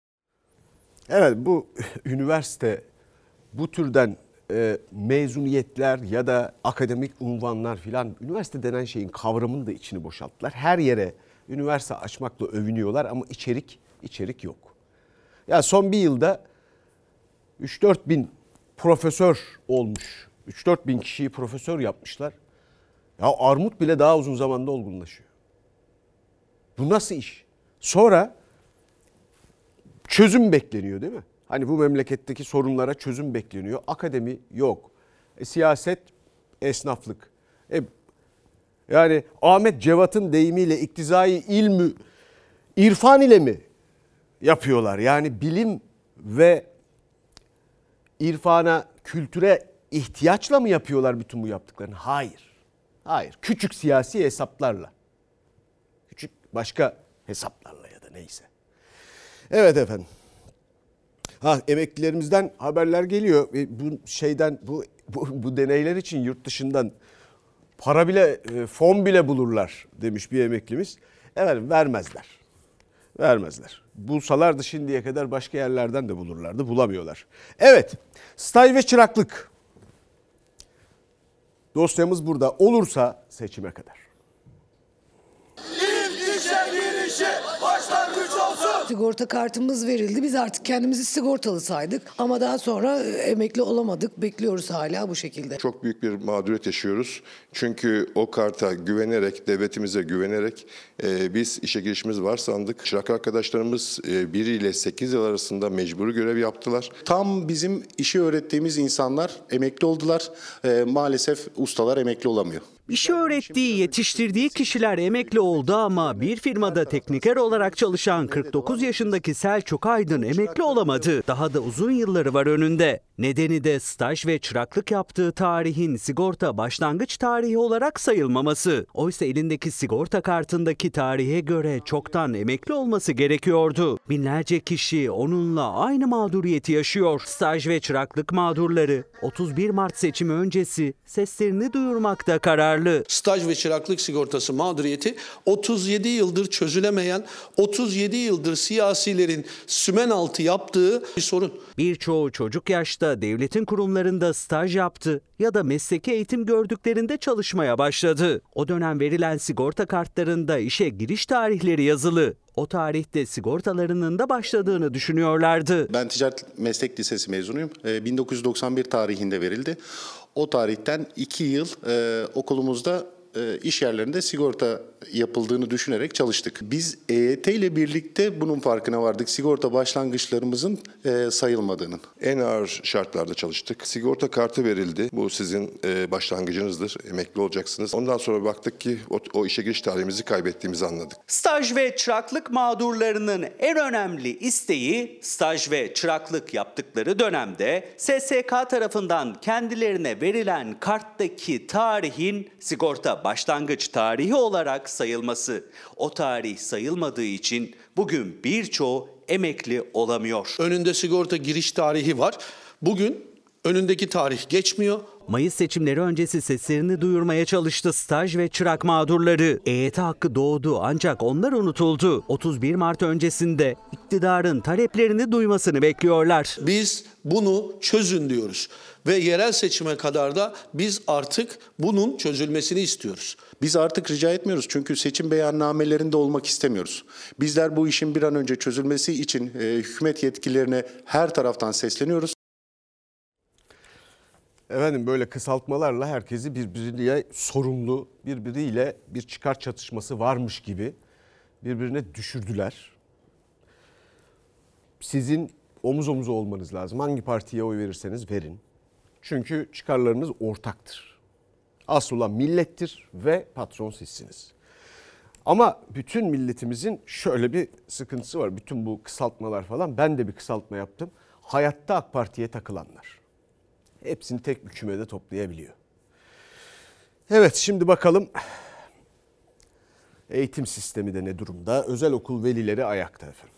Evet, bu üniversite bu türden mezuniyetler ya da akademik unvanlar filan, üniversite denen şeyin kavramını da içini boşalttılar. Her yere üniversite açmakla övünüyorlar ama içerik yok. Ya son bir yılda 3-4 bin profesör olmuş. 3-4 bin kişiyi profesör yapmışlar. Ya armut bile daha uzun zamanda olgunlaşıyor. Bu nasıl iş? Sonra çözüm bekleniyor değil mi? Hani bu memleketteki sorunlara çözüm bekleniyor. Akademi yok. Siyaset, esnaflık. Yani Ahmet Cevat'ın deyimiyle iktizai ilmü irfan ile mi yapıyorlar? Yani bilim ve irfana, kültüre ihtiyaçla mı yapıyorlar bütün bu yaptıklarını? Hayır. Hayır. Küçük siyasi hesaplarla. Küçük başka hesaplarla ya da neyse. Evet efendim. Emeklilerimizden haberler geliyor. Bu deneyler için yurt dışından para bile, fon bile bulurlar demiş bir emeklimiz. Efendim vermezler. Bulsalardı şimdiye kadar başka yerlerden de bulurlardı. Bulamıyorlar. Evet. Staj ve çıraklık. Dosyamız burada. Olursa seçime kadar. Sigorta kartımız verildi. Biz artık kendimizi sigortalı saydık. Ama daha sonra emekli olamadık. Bekliyoruz hala bu şekilde. Çok büyük bir mağduriyet yaşıyoruz. Çünkü o karta güvenerek, devletimize güvenerek biz işe girişimiz var sandık. Çırak arkadaşlarımız 1 ile 8 yıl arasında mecburi görev yaptılar. Tam bizim işi öğrettiğimiz insanlar emekli oldular. Maalesef ustalar emekli olamıyor. İşi öğrettiği, yetiştirdiği kişiler emekli oldu ama bir firmada tekniker olarak çalışan 49 yaşındaki Selçuk Aydın emekli olamadı. Daha da uzun yılları var önünde. Nedeni de staj ve çıraklık yaptığı tarihin sigorta başlangıç tarihi olarak sayılmaması. Oysa elindeki sigorta kartındaki tarihe göre çoktan emekli olması gerekiyordu. Binlerce kişi onunla aynı mağduriyeti yaşıyor. Staj ve çıraklık mağdurları 31 Mart seçimi öncesi seslerini duyurmakta kararlı. Staj ve çıraklık sigortası mağduriyeti 37 yıldır çözülemeyen, 37 yıldır siyasilerin sümen altı yaptığı bir sorun. Birçoğu çocuk yaşta devletin kurumlarında staj yaptı ya da mesleki eğitim gördüklerinde çalışmaya başladı. O dönem verilen sigorta kartlarında işe giriş tarihleri yazılı. O tarihte sigortalarının da başladığını düşünüyorlardı. Ben Ticaret Meslek Lisesi mezunuyum. 1991 tarihinde verildi. O tarihten 2 yıl okulumuzda iş yerlerinde sigorta yapıldığını düşünerek çalıştık. Biz EYT ile birlikte bunun farkına vardık. Sigorta başlangıçlarımızın sayılmadığının. En ağır şartlarda çalıştık. Sigorta kartı verildi. Bu sizin başlangıcınızdır. Emekli olacaksınız. Ondan sonra baktık ki o işe giriş tarihimizi kaybettiğimizi anladık. Staj ve çıraklık mağdurlarının en önemli isteği staj ve çıraklık yaptıkları dönemde SSK tarafından kendilerine verilen karttaki tarihin sigorta başlangıç tarihi olarak sayılması. O tarih sayılmadığı için bugün birçoğu emekli olamıyor. Önünde sigorta giriş tarihi var. Bugün önündeki tarih geçmiyor. Mayıs seçimleri öncesi seslerini duyurmaya çalıştı staj ve çırak mağdurları. EYT hakkı doğdu ancak onlar unutuldu. 31 Mart öncesinde iktidarın taleplerini duymasını bekliyorlar. Biz bunu çözün diyoruz ve yerel seçime kadar da biz artık bunun çözülmesini istiyoruz. Biz artık rica etmiyoruz çünkü seçim beyannamelerinde olmak istemiyoruz. Bizler bu işin bir an önce çözülmesi için hükümet yetkililerine her taraftan sesleniyoruz. Efendim böyle kısaltmalarla herkesi birbiriyle sorumlu, birbiriyle bir çıkar çatışması varmış gibi birbirine düşürdüler. Sizin omuz omuza olmanız lazım. Hangi partiye oy verirseniz verin. Çünkü çıkarlarınız ortaktır. Asıl olan millettir ve patron sizsiniz. Ama bütün milletimizin şöyle bir sıkıntısı var. Bütün bu kısaltmalar falan, ben de bir kısaltma yaptım. Hayatta AK Parti'ye takılanlar. Hepsini tek bir kümede toplayabiliyor. Evet, şimdi bakalım eğitim sistemi de ne durumda? Özel okul velileri ayakta efendim.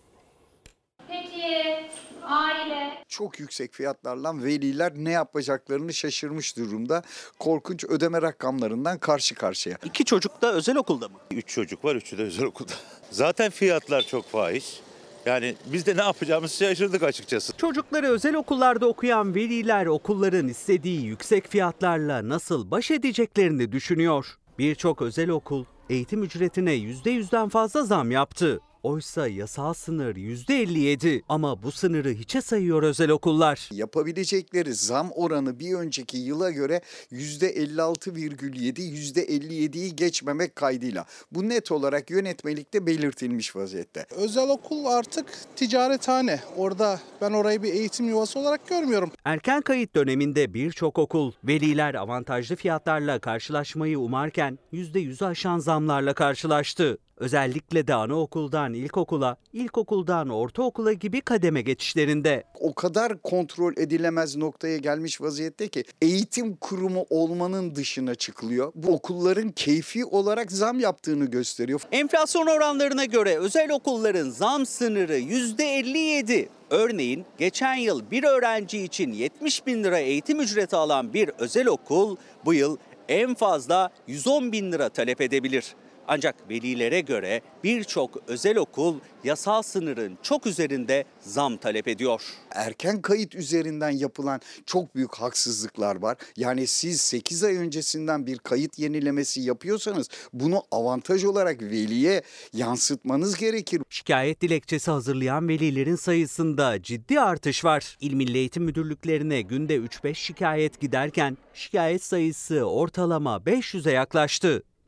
Peki aile? Çok yüksek fiyatlarla veliler ne yapacaklarını şaşırmış durumda. Korkunç ödeme rakamlarından karşı karşıya. 2 çocuk da özel okulda mı? 3 çocuk var, 3'ü de özel okulda. Zaten fiyatlar çok fahiş. Yani biz de ne yapacağımızı şaşırdık açıkçası. Çocukları özel okullarda okuyan veliler okulların istediği yüksek fiyatlarla nasıl baş edeceklerini düşünüyor. Birçok özel okul eğitim ücretine %100'den fazla zam yaptı. Oysa yasal sınır %57 ama bu sınırı hiçe sayıyor özel okullar. Yapabilecekleri zam oranı bir önceki yıla göre %56,7, %57'yi geçmemek kaydıyla. Bu net olarak yönetmelikte belirtilmiş vaziyette. Özel okul artık ticarethane. Ben orayı bir eğitim yuvası olarak görmüyorum. Erken kayıt döneminde birçok okul veliler avantajlı fiyatlarla karşılaşmayı umarken %100'ü aşan zamlarla karşılaştı. Özellikle de anaokuldan ilkokula, ilkokuldan ortaokula gibi kademe geçişlerinde. O kadar kontrol edilemez noktaya gelmiş vaziyette ki eğitim kurumu olmanın dışına çıkılıyor. Bu okulların keyfi olarak zam yaptığını gösteriyor. Enflasyon oranlarına göre özel okulların zam sınırı %57. Örneğin geçen yıl bir öğrenci için 70 bin lira eğitim ücreti alan bir özel okul bu yıl en fazla 110 bin lira talep edebilir. Ancak velilere göre birçok özel okul yasal sınırın çok üzerinde zam talep ediyor. Erken kayıt üzerinden yapılan çok büyük haksızlıklar var. Yani siz 8 ay öncesinden bir kayıt yenilemesi yapıyorsanız bunu avantaj olarak veliye yansıtmanız gerekir. Şikayet dilekçesi hazırlayan velilerin sayısında ciddi artış var. İl Milli Eğitim Müdürlüklerine günde 3-5 şikayet giderken şikayet sayısı ortalama 500'e yaklaştı.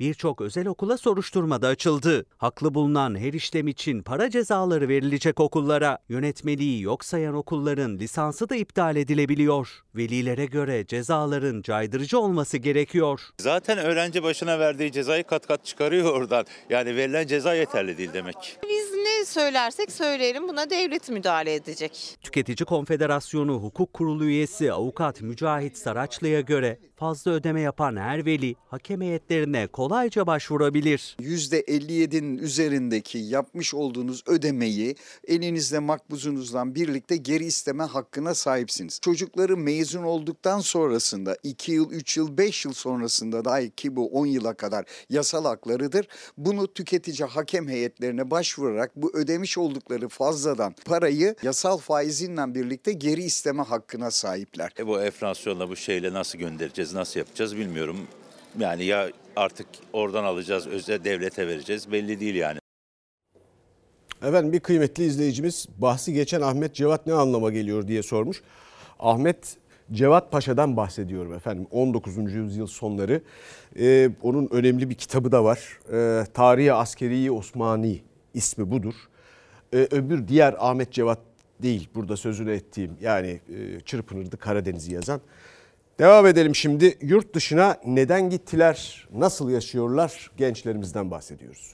Birçok özel okula soruşturma da açıldı. Haklı bulunan her işlem için para cezaları verilecek okullara. Yönetmeliği yok sayan okulların lisansı da iptal edilebiliyor. Velilere göre cezaların caydırıcı olması gerekiyor. Zaten öğrenci başına verdiği cezayı kat kat çıkarıyor oradan. Yani verilen ceza yeterli değil demek. Biz ne söylersek söyleyelim buna devlet müdahale edecek. Tüketici Konfederasyonu Hukuk Kurulu üyesi avukat Mücahit Saraçlı'ya göre fazla ödeme yapan her veli hakem heyetlerine kolayca başvurabilir. %57'nin üzerindeki yapmış olduğunuz ödemeyi elinizde makbuzunuzla birlikte geri isteme hakkına sahipsiniz. Çocukları mezun olduktan sonrasında 2 yıl, 3 yıl, 5 yıl sonrasında dahi ki bu 10 yıla kadar yasal haklarıdır. Bunu tüketici hakem heyetlerine başvurarak bu ödemiş oldukları fazladan parayı yasal faizinle birlikte geri isteme hakkına sahipler. Bu enflasyonla bu şeyle nasıl göndereceğiz, nasıl yapacağız bilmiyorum. Yani ya artık oradan alacağız, özel devlete vereceğiz belli değil yani. Efendim bir kıymetli izleyicimiz bahsi geçen Ahmet Cevat ne anlama geliyor diye sormuş. Ahmet Cevat Paşa'dan bahsediyorum efendim. 19. yüzyıl sonları. Onun önemli bir kitabı da var. Tarihi Askeri Osmani ismi budur. Öbür diğer Ahmet Cevat değil burada sözünü ettiğim yani Çırpınırdı Karadeniz'i yazan. Devam edelim şimdi. Yurt dışına neden gittiler, nasıl yaşıyorlar gençlerimizden bahsediyoruz.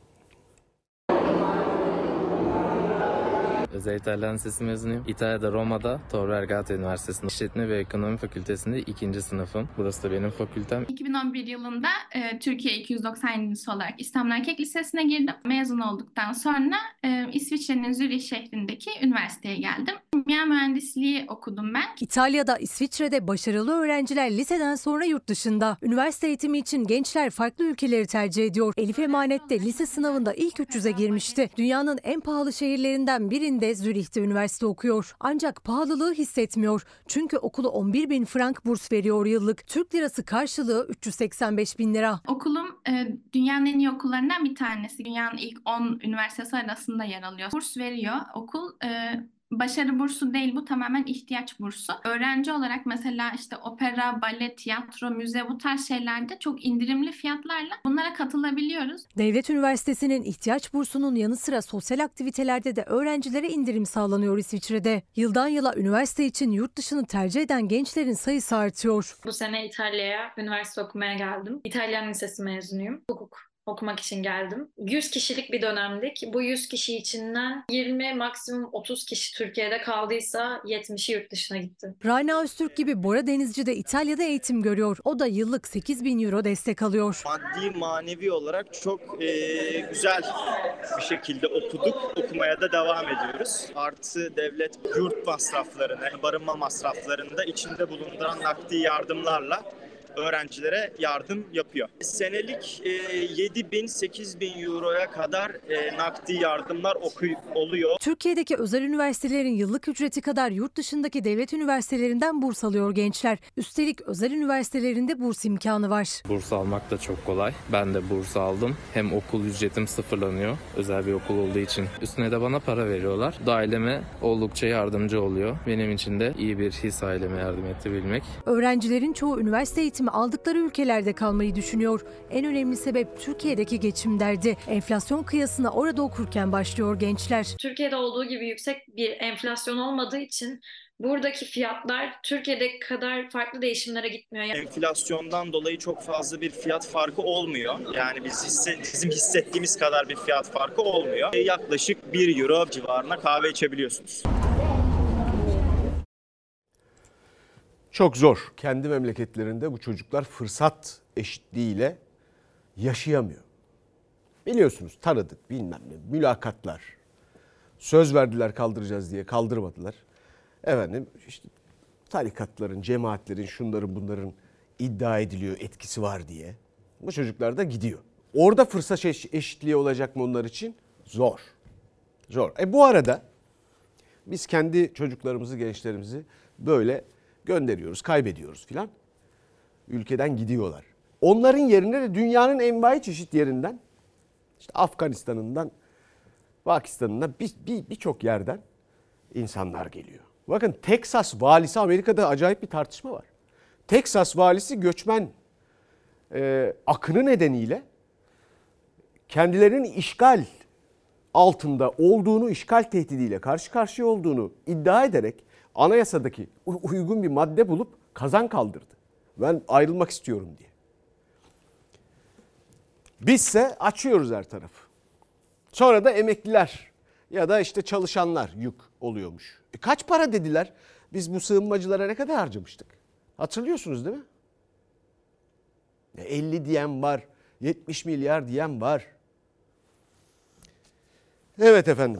Özel İtalyan Lisesi mezunuyum. İtalya'da Roma'da Tor Vergata Üniversitesi'nde İşletme ve Ekonomi Fakültesi'nde 2. sınıfım. Burası da benim fakültem. 2011 yılında Türkiye 297. olarak İstanbul Erkek Lisesi'ne girdim. Mezun olduktan sonra İsviçre'nin Zürih şehrindeki üniversiteye geldim. Kimya mühendisliği okudum ben. İtalya'da, İsviçre'de başarılı öğrenciler liseden sonra yurt dışında. Üniversite eğitimi için gençler farklı ülkeleri tercih ediyor. Elif Emanet de lise sınavında ilk 300'e girmişti. Dünyanın en pahalı şehirlerinden birinde Zürih'te üniversite okuyor. Ancak pahalılığı hissetmiyor. Çünkü okulu 11.000 frank burs veriyor yıllık. Türk lirası karşılığı 385.000 lira. Okulum dünyanın en iyi okullarından bir tanesi. Dünyanın ilk 10 üniversitesi arasında yer alıyor. Burs veriyor okul. Başarı bursu değil, bu tamamen ihtiyaç bursu. Öğrenci olarak mesela işte opera, bale, tiyatro, müze bu tarz şeylerde çok indirimli fiyatlarla bunlara katılabiliyoruz. Devlet Üniversitesi'nin ihtiyaç bursunun yanı sıra sosyal aktivitelerde de öğrencilere indirim sağlanıyor İsviçre'de. Yıldan yıla üniversite için yurt dışını tercih eden gençlerin sayısı artıyor. Bu sene İtalya'ya üniversite okumaya geldim. İtalyan Lisesi mezunuyum. Hukuk okumak için geldim. 100 kişilik bir dönemdik. Bu 100 kişi içinden 20 maksimum 30 kişi Türkiye'de kaldıysa 70'i yurt dışına gitti. Rana Öztürk gibi Bora Denizci de İtalya'da eğitim görüyor. O da yıllık 8.000 euro destek alıyor. Maddi manevi olarak çok güzel bir şekilde okuduk. Okumaya da devam ediyoruz. Artı devlet yurt masraflarını, barınma masraflarını da içinde bulunduran nakdi yardımlarla öğrencilere yardım yapıyor. Senelik 7.000-8.000 euroya kadar nakdi yardımlar oluyor. Türkiye'deki özel üniversitelerin yıllık ücreti kadar yurt dışındaki devlet üniversitelerinden burs alıyor gençler. Üstelik özel üniversitelerinde burs imkanı var. Burs almak da çok kolay. Ben de burs aldım. Hem okul ücretim sıfırlanıyor. Özel bir okul olduğu için. Üstüne de bana para veriyorlar. Da aileme oldukça yardımcı oluyor. Benim için de iyi bir his aileme yardım edebilmek. Öğrencilerin çoğu üniversite eğitimi aldıkları ülkelerde kalmayı düşünüyor. En önemli sebep Türkiye'deki geçim derdi. Enflasyon kıyasına orada okurken başlıyor gençler. Türkiye'de olduğu gibi yüksek bir enflasyon olmadığı için buradaki fiyatlar Türkiye'deki kadar farklı değişimlere gitmiyor. Enflasyondan dolayı çok fazla bir fiyat farkı olmuyor. Yani bizim hissettiğimiz kadar bir fiyat farkı olmuyor. Yaklaşık 1 euro civarına kahve içebiliyorsunuz. Çok zor. Kendi memleketlerinde bu çocuklar fırsat eşitliğiyle yaşayamıyor. Biliyorsunuz tanıdık bilmem ne mülakatlar. Söz verdiler kaldıracağız diye kaldırmadılar. Efendim işte tarikatların, cemaatlerin, şunların bunların iddia ediliyor etkisi var diye. Bu çocuklar da gidiyor. Orada fırsat eşitliği olacak mı onlar için? Zor. Zor. Bu arada biz kendi çocuklarımızı, gençlerimizi böyle gönderiyoruz, kaybediyoruz filan. Ülkeden gidiyorlar. Onların yerine de dünyanın envai çeşit yerinden, işte Afganistan'ından, Pakistan'ından birçok yerden insanlar geliyor. Bakın Teksas valisi, Amerika'da acayip bir tartışma var. Teksas valisi göçmen akını nedeniyle kendilerinin işgal altında olduğunu, işgal tehdidiyle karşı karşıya olduğunu iddia ederek anayasadaki uygun bir madde bulup kazan kaldırdı. Ben ayrılmak istiyorum diye. Bizse açıyoruz her tarafı. Sonra da emekliler ya da işte çalışanlar yük oluyormuş. Kaç para dediler? Biz bu sığınmacılara ne kadar harcamıştık? Hatırlıyorsunuz değil mi? 50 diyen var, 70 milyar diyen var. Evet efendim.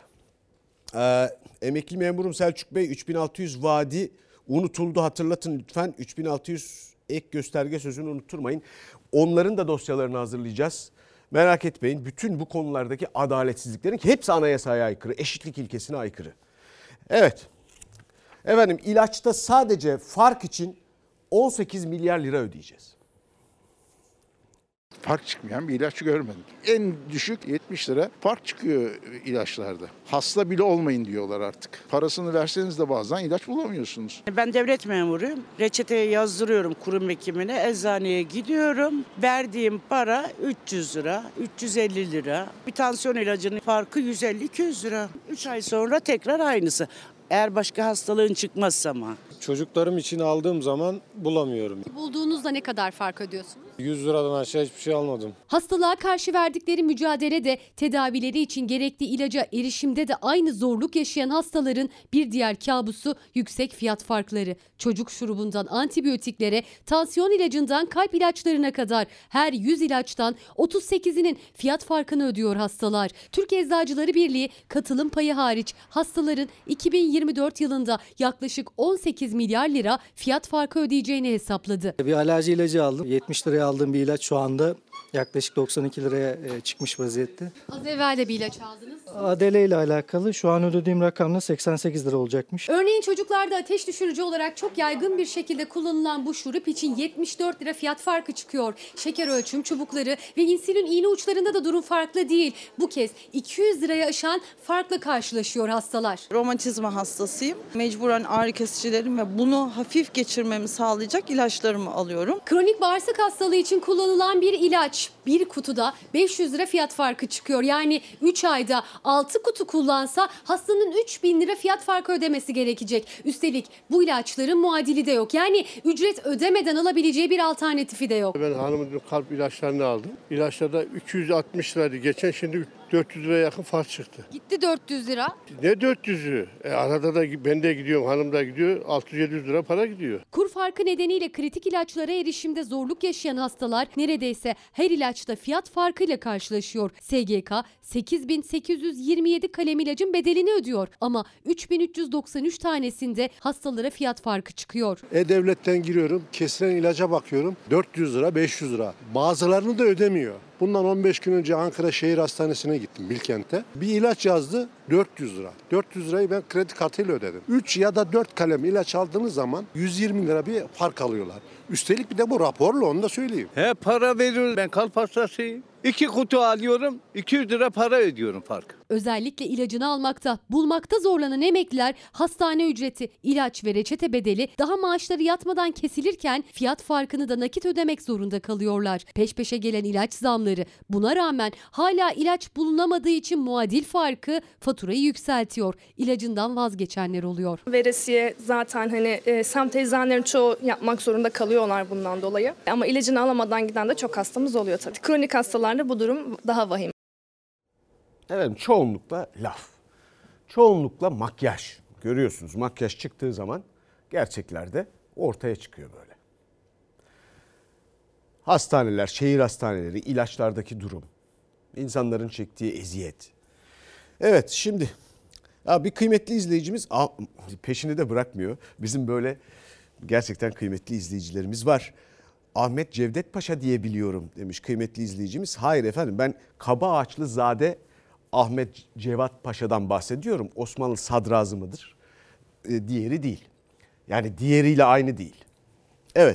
Emekli memurum Selçuk Bey 3600 vadi unutuldu, hatırlatın lütfen. 3600 ek gösterge sözünü unutturmayın. Onların da dosyalarını hazırlayacağız. Merak etmeyin, bütün bu konulardaki adaletsizliklerin ki hepsi anayasaya aykırı, eşitlik ilkesine aykırı. Evet. Efendim ilaçta sadece fark için 18 milyar lira ödeyeceğiz. Fark çıkmayan bir ilaç görmedim. En düşük 70 lira fark çıkıyor ilaçlarda. Hasta bile olmayın diyorlar artık. Parasını verseniz de bazen ilaç bulamıyorsunuz. Ben devlet memuruyum. Reçeteyi yazdırıyorum kurum hekimine. Eczaneye gidiyorum. Verdiğim para 300 lira, 350 lira. Bir tansiyon ilacının farkı 150-200 lira. 3 ay sonra tekrar aynısı. Eğer başka hastalığın çıkmazsa ama. Çocuklarım için aldığım zaman bulamıyorum. Bulduğunuzda ne kadar fark ödüyorsunuz? 100 liradan aşağı hiçbir şey almadım. Hastalığa karşı verdikleri mücadelede tedavileri için gerekli ilaca erişimde de aynı zorluk yaşayan hastaların bir diğer kabusu yüksek fiyat farkları. Çocuk şurubundan antibiyotiklere, tansiyon ilacından kalp ilaçlarına kadar her 100 ilaçtan 38'inin fiyat farkını ödüyor hastalar. Türk Eczacıları Birliği katılım payı hariç hastaların 2024 yılında yaklaşık 18 milyar lira fiyat farkı ödeyeceğini hesapladı. Bir alerji ilacı aldım. 70 liraya aldığım bir ilaç şu anda yaklaşık 92 liraya çıkmış vaziyette. Az evvel de bir ilaç aldınız. Adele ile alakalı şu an ödediğim rakamla 88 lira olacakmış. Örneğin çocuklarda ateş düşürücü olarak çok yaygın bir şekilde kullanılan bu şurup için 74 lira fiyat farkı çıkıyor. Şeker ölçüm çubukları ve insülin iğne uçlarında da durum farklı değil. Bu kez 200 liraya aşan farkla karşılaşıyor hastalar. Romatizma hastasıyım. Mecburen ağrı kesicilerim ve bunu hafif geçirmemi sağlayacak ilaçlarımı alıyorum. Kronik bağırsak hastalığı için kullanılan bir ilaç. Bir kutuda 500 lira fiyat farkı çıkıyor. Yani 3 ayda 6 kutu kullansa hastanın 3000 lira fiyat farkı ödemesi gerekecek. Üstelik bu ilaçların muadili de yok. Yani ücret ödemeden alabileceği bir alternatifi de yok. Ben hanımın kalp ilaçlarını aldım. İlaçlarda 260 liraydı geçen, şimdi 400 liraya yakın fark çıktı. Gitti 400 lira. Ne 400'ü? Arada da ben de gidiyorum, hanım da gidiyor. 600-700 lira para gidiyor. Kur farkı nedeniyle kritik ilaçlara erişimde zorluk yaşayan hastalar neredeyse her ilaçta fiyat farkıyla karşılaşıyor. SGK 8.827 kalem ilacın bedelini ödüyor ama 3.393 tanesinde hastalara fiyat farkı çıkıyor. E-Devlet'ten giriyorum, kesilen ilaca bakıyorum. 400 lira, 500 lira. Bazılarını da ödemiyor. Bundan 15 gün önce Ankara Şehir Hastanesi'ne gittim, Bilkent'te. Bir ilaç yazdı, 400 lira. 400 lirayı ben kredi kartıyla ödedim. 3 ya da 4 kalem ilaç aldığınız zaman 120 lira bir fark alıyorlar. Üstelik bir de bu raporlu, onu da söyleyeyim. He, para veriyorum. Ben kalp hastasıyım. 2 kutu alıyorum, 200 lira para ödüyorum fark. Özellikle ilacını almakta, bulmakta zorlanan emekliler hastane ücreti, ilaç ve reçete bedeli daha maaşları yatmadan kesilirken fiyat farkını da nakit ödemek zorunda kalıyorlar. Peş peşe gelen ilaç zamları, buna rağmen hala ilaç bulunamadığı için muadil farkı faturayı yükseltiyor. İlacından vazgeçenler oluyor. Veresiye zaten semt eczanelerin çoğu yapmak zorunda kalıyorlar bundan dolayı. Ama ilacını alamadan giden de çok hastamız oluyor tabii. Kronik hastalarda bu durum daha vahim. Evet, çoğunlukla laf. Çoğunlukla makyaj. Görüyorsunuz, makyaj çıktığı zaman gerçeklerde ortaya çıkıyor böyle. Hastaneler, şehir hastaneleri, ilaçlardaki durum, insanların çektiği eziyet. Evet, şimdi bir kıymetli izleyicimiz peşini de bırakmıyor. Bizim böyle gerçekten kıymetli izleyicilerimiz var. Ahmet Cevdet Paşa diye biliyorum demiş kıymetli izleyicimiz. Hayır efendim, ben Kabaağaçlızade Ahmet Cevat Paşa'dan bahsediyorum. Osmanlı sadrazamıdır. Diğeri değil. Yani diğeriyle aynı değil. Evet.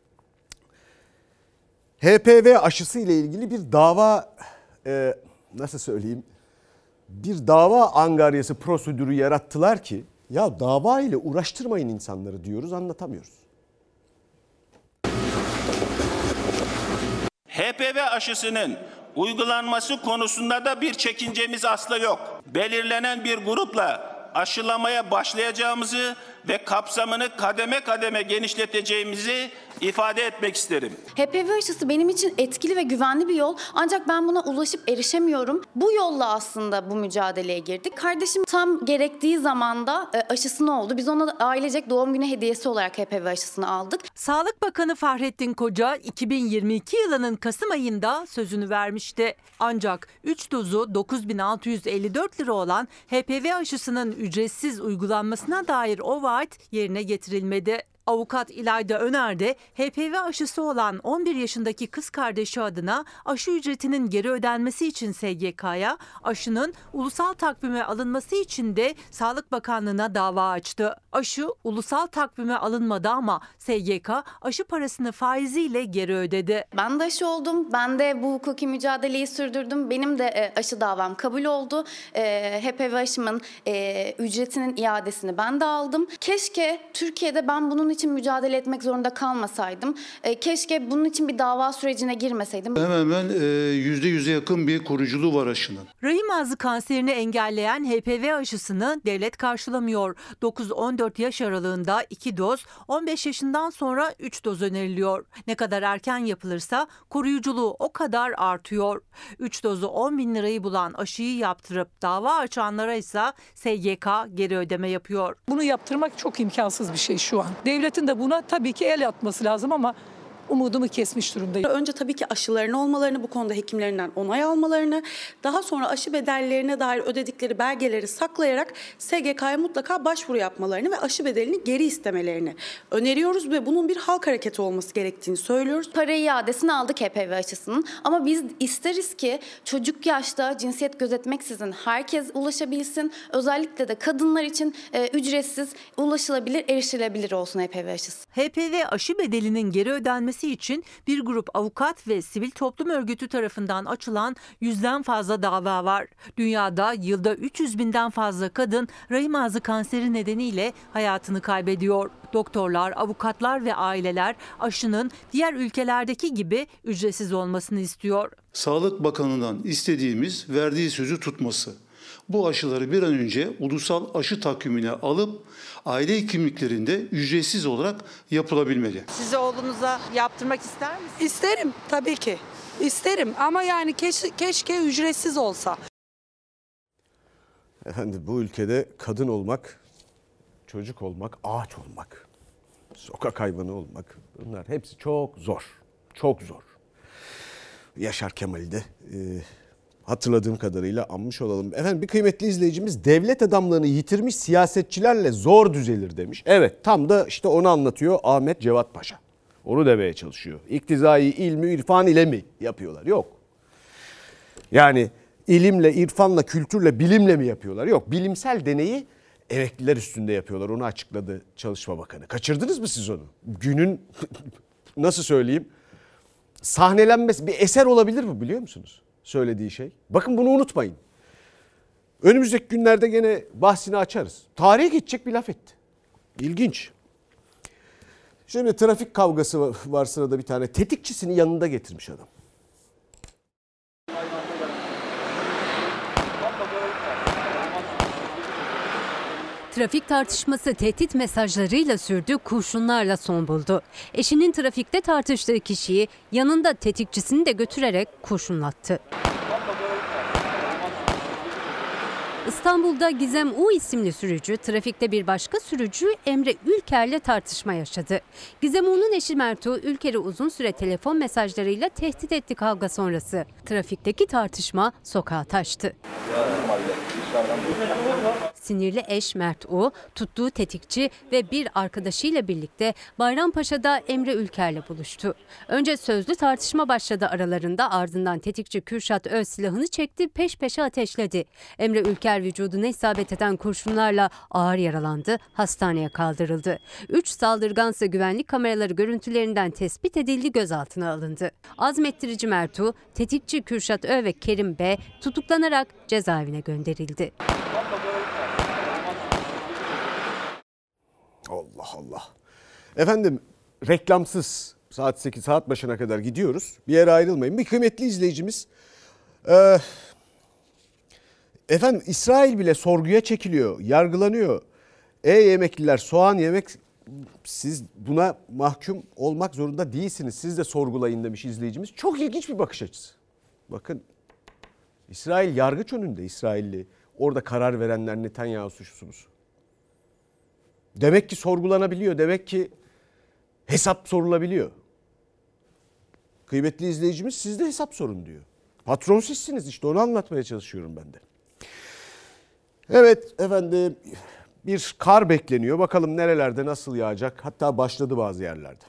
HPV aşısı ile ilgili bir dava, nasıl söyleyeyim, bir dava angaryası prosedürü yarattılar ki ya dava ile uğraştırmayın insanları diyoruz, anlatamıyoruz. HPV aşısının uygulanması konusunda da bir çekincemiz asla yok. Belirlenen bir grupla aşılamaya başlayacağımızı ve kapsamını kademe kademe genişleteceğimizi ifade etmek isterim. HPV aşısı benim için etkili ve güvenli bir yol, ancak ben buna ulaşıp erişemiyorum. Bu yolla aslında bu mücadeleye girdik. Kardeşim tam gerektiği zamanda aşısını oldu. Biz ona ailecek doğum günü hediyesi olarak HPV aşısını aldık. Sağlık Bakanı Fahrettin Koca 2022 yılının Kasım ayında sözünü vermişti. Ancak 3 dozu 9.654 lira olan HPV aşısının ücretsiz uygulanmasına dair o vaat yerine getirilmedi. Avukat İlayda Öner de HPV aşısı olan 11 yaşındaki kız kardeşi adına aşı ücretinin geri ödenmesi için SGK'ya, aşının ulusal takvime alınması için de Sağlık Bakanlığı'na dava açtı. Aşı ulusal takvime alınmadı ama SGK aşı parasını faiziyle geri ödedi. Ben de aşı oldum. Ben de bu hukuki mücadeleyi sürdürdüm. Benim de aşı davam kabul oldu. HPV aşımın ücretinin iadesini ben de aldım. Keşke Türkiye'de ben bunun için mücadele etmek zorunda kalmasaydım. Keşke bunun için bir dava sürecine girmeseydim. Hemen %100'e yakın bir koruyuculuğu var aşının. Rahim ağzı kanserini engelleyen HPV aşısını devlet karşılamıyor. 9-14 yaş aralığında 2 doz, 15 yaşından sonra 3 doz öneriliyor. Ne kadar erken yapılırsa koruyuculuğu o kadar artıyor. 3 dozu 10.000 lirayı bulan aşıyı yaptırıp dava açanlara ise SGK geri ödeme yapıyor. Bunu yaptırmak çok imkansız bir şey şu an. Devletin de buna tabii ki el atması lazım ama umudumu kesmiş durumdayım. Önce tabii ki aşılarının olmalarını, bu konuda hekimlerinden onay almalarını, daha sonra aşı bedellerine dair ödedikleri belgeleri saklayarak SGK'ya mutlaka başvuru yapmalarını ve aşı bedelini geri istemelerini öneriyoruz ve bunun bir halk hareketi olması gerektiğini söylüyoruz. Para iadesini aldık HPV aşısının ama biz isteriz ki çocuk yaşta cinsiyet gözetmeksizin herkes ulaşabilsin. Özellikle de kadınlar için ücretsiz, ulaşılabilir, erişilebilir olsun HPV aşısı. HPV aşı bedelinin geri ödenmesi için bir grup avukat ve sivil toplum örgütü tarafından açılan 100'den fazla dava var. Dünyada yılda 300.000'den fazla kadın rahim ağzı kanseri nedeniyle hayatını kaybediyor. Doktorlar, avukatlar ve aileler aşının diğer ülkelerdeki gibi ücretsiz olmasını istiyor. Sağlık Bakanı'ndan istediğimiz verdiği sözü tutması. Bu aşıları bir an önce ulusal aşı takvimine alıp aile hekimliklerinde ücretsiz olarak yapılabilmeli. Size oğlunuza yaptırmak ister misiniz? İsterim tabii ki. İsterim ama yani keşke ücretsiz olsa. Efendim bu ülkede kadın olmak, çocuk olmak, ağaç olmak, sokak hayvanı olmak, bunlar hepsi çok zor. Çok zor. Yaşar Kemal'i de hatırladığım kadarıyla anmış olalım. Efendim bir kıymetli izleyicimiz devlet adamlığını yitirmiş siyasetçilerle zor düzelir demiş. Evet, tam da işte onu anlatıyor Ahmet Cevat Paşa. Onu demeye çalışıyor. İktizai ilmi irfan ile mi yapıyorlar? Yok. Yani ilimle, irfanla, kültürle, bilimle mi yapıyorlar? Yok. Bilimsel deneyi emekliler üstünde yapıyorlar. Onu açıkladı Çalışma Bakanı. Kaçırdınız mı siz onu? Günün nasıl söyleyeyim? Sahnelenmesi bir eser olabilir mi biliyor musunuz? Söylediği şey. Bakın bunu unutmayın. Önümüzdeki günlerde gene bahsini açarız. Tarihe geçecek bir laf etti. İlginç. Şimdi trafik kavgası var sırada bir tane. Tetikçisini yanında getirmiş adam. Trafik tartışması tehdit mesajlarıyla sürdü, kurşunlarla son buldu. Eşinin trafikte tartıştığı kişiyi yanında tetikçisini de götürerek kurşunlattı. İstanbul'da Gizem U isimli sürücü trafikte bir başka sürücü Emre Ülker'le tartışma yaşadı. Gizem U'nun eşi Mertu Ülker'i uzun süre telefon mesajlarıyla tehdit etti kavga sonrası. Trafikteki tartışma sokağa taştı. Sinirli eş Mert U, tuttuğu tetikçi ve bir arkadaşıyla birlikte Bayrampaşa'da Emre Ülker'le buluştu. Önce sözlü tartışma başladı aralarında, ardından tetikçi Kürşat Öz silahını çekti, peş peşe ateşledi. Emre Ülker vücuduna isabet eden kurşunlarla ağır yaralandı, hastaneye kaldırıldı. 3 saldırgansa güvenlik kameraları görüntülerinden tespit edildi, gözaltına alındı. Azmettirici Mert U, tetikçi Kürşat Ö ve Kerim B tutuklanarak cezaevine gönderildi. Allah Allah. Efendim reklamsız Saat 8, saat başına kadar gidiyoruz. Bir yere ayrılmayın. Bir kıymetli izleyicimiz, efendim İsrail bile sorguya çekiliyor, yargılanıyor. Yemekliler soğan yemek, siz buna mahkum olmak zorunda değilsiniz. Siz de sorgulayın demiş izleyicimiz. Çok ilginç bir bakış açısı. Bakın, İsrail yargıç önünde, İsrailli. Orada karar verenler Netanyahu suçlusunuz. Demek ki sorgulanabiliyor. Demek ki hesap sorulabiliyor. Kıymetli izleyicimiz, siz de hesap sorun diyor. Patron sizsiniz, işte onu anlatmaya çalışıyorum ben de. Evet efendim, bir kar bekleniyor. Bakalım nerelerde nasıl yağacak. Hatta başladı bazı yerlerde.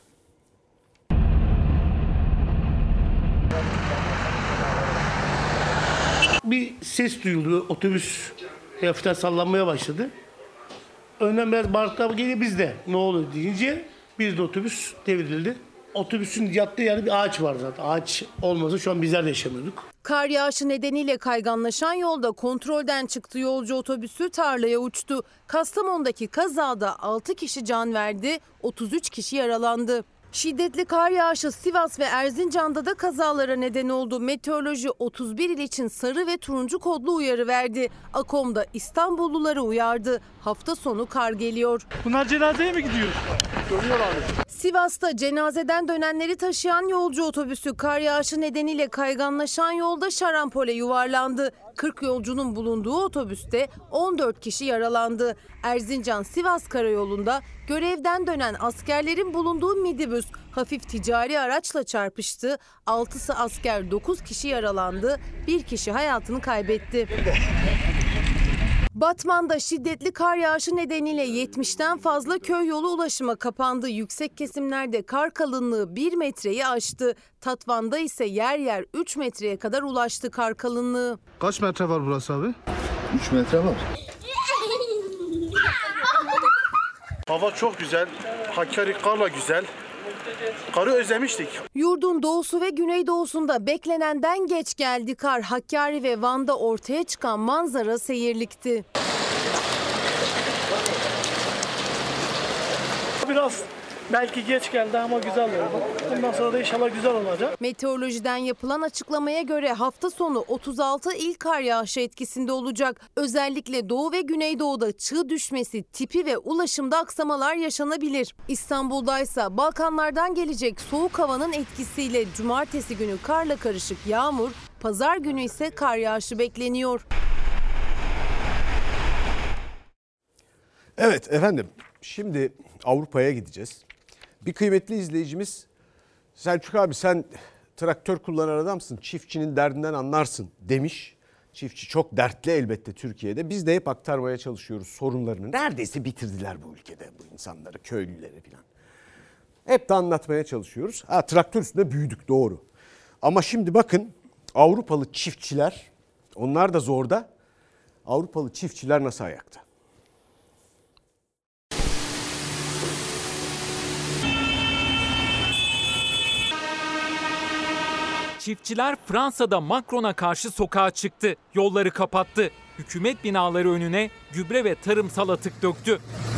Bir ses duyuldu. Otobüs hafiften sallanmaya başladı. Önden biraz bağırtılar geliyor bizde. Ne oluyor deyince bir de otobüs devrildi. Otobüsün yattığı yerde bir ağaç var zaten. Ağaç olmasa şu an bizler de yaşamıyorduk. Kar yağışı nedeniyle kayganlaşan yolda kontrolden çıktı yolcu otobüsü tarlaya uçtu. Kastamonu'daki kazada 6 kişi can verdi, 33 kişi yaralandı. Şiddetli kar yağışı Sivas ve Erzincan'da da kazalara neden oldu. Meteoroloji 31 il için sarı ve turuncu kodlu uyarı verdi. AKOM'da İstanbulluları uyardı. Hafta sonu kar geliyor. Bunlar cenazeye mi gidiyor? Görüyor abi. Sivas'ta cenazeden dönenleri taşıyan yolcu otobüsü kar yağışı nedeniyle kayganlaşan yolda şarampole yuvarlandı. 40 yolcunun bulunduğu otobüste 14 kişi yaralandı. Erzincan-Sivas karayolunda görevden dönen askerlerin bulunduğu midibüs hafif ticari araçla çarpıştı. 6'sı asker, 9 kişi yaralandı, 1 kişi hayatını kaybetti. Batman'da şiddetli kar yağışı nedeniyle 70'ten fazla köy yolu ulaşıma kapandı. Yüksek kesimlerde kar kalınlığı 1 metreyi aştı. Tatvan'da ise yer yer 3 metreye kadar ulaştı kar kalınlığı. Kaç metre var burası abi? 3 metre var. Hava çok güzel. Hakkari karla güzel. Karı özlemiştik. Yurdun doğusu ve güneydoğusunda beklenenden geç geldi kar. Hakkari ve Van'da ortaya çıkan manzara seyirlikti. Biraz belki geç geldi ama güzel oldu. Bundan sonra da inşallah güzel olacak. Meteorolojiden yapılan açıklamaya göre hafta sonu 36 il kar yağışı etkisinde olacak. Özellikle doğu ve güneydoğuda çığ düşmesi, tipi ve ulaşımda aksamalar yaşanabilir. İstanbul'daysa Balkanlardan gelecek soğuk havanın etkisiyle cumartesi günü karla karışık yağmur, pazar günü ise kar yağışı bekleniyor. Evet efendim, şimdi Avrupa'ya gideceğiz. Bir kıymetli izleyicimiz, Selçuk abi sen traktör kullanan adamsın, çiftçinin derdinden anlarsın demiş. Çiftçi çok dertli elbette Türkiye'de. Biz de hep aktarmaya çalışıyoruz sorunlarını. Neredeyse bitirdiler bu ülkede bu insanları, köylüleri falan. Hep de anlatmaya çalışıyoruz. Traktör üstünde büyüdük, doğru. Ama şimdi bakın, Avrupalı çiftçiler, onlar da zorda. Avrupalı çiftçiler nasıl ayakta? Çiftçiler Fransa'da Macron'a karşı sokağa çıktı. Yolları kapattı. Hükümet binaları önüne gübre ve tarımsal atık döktü.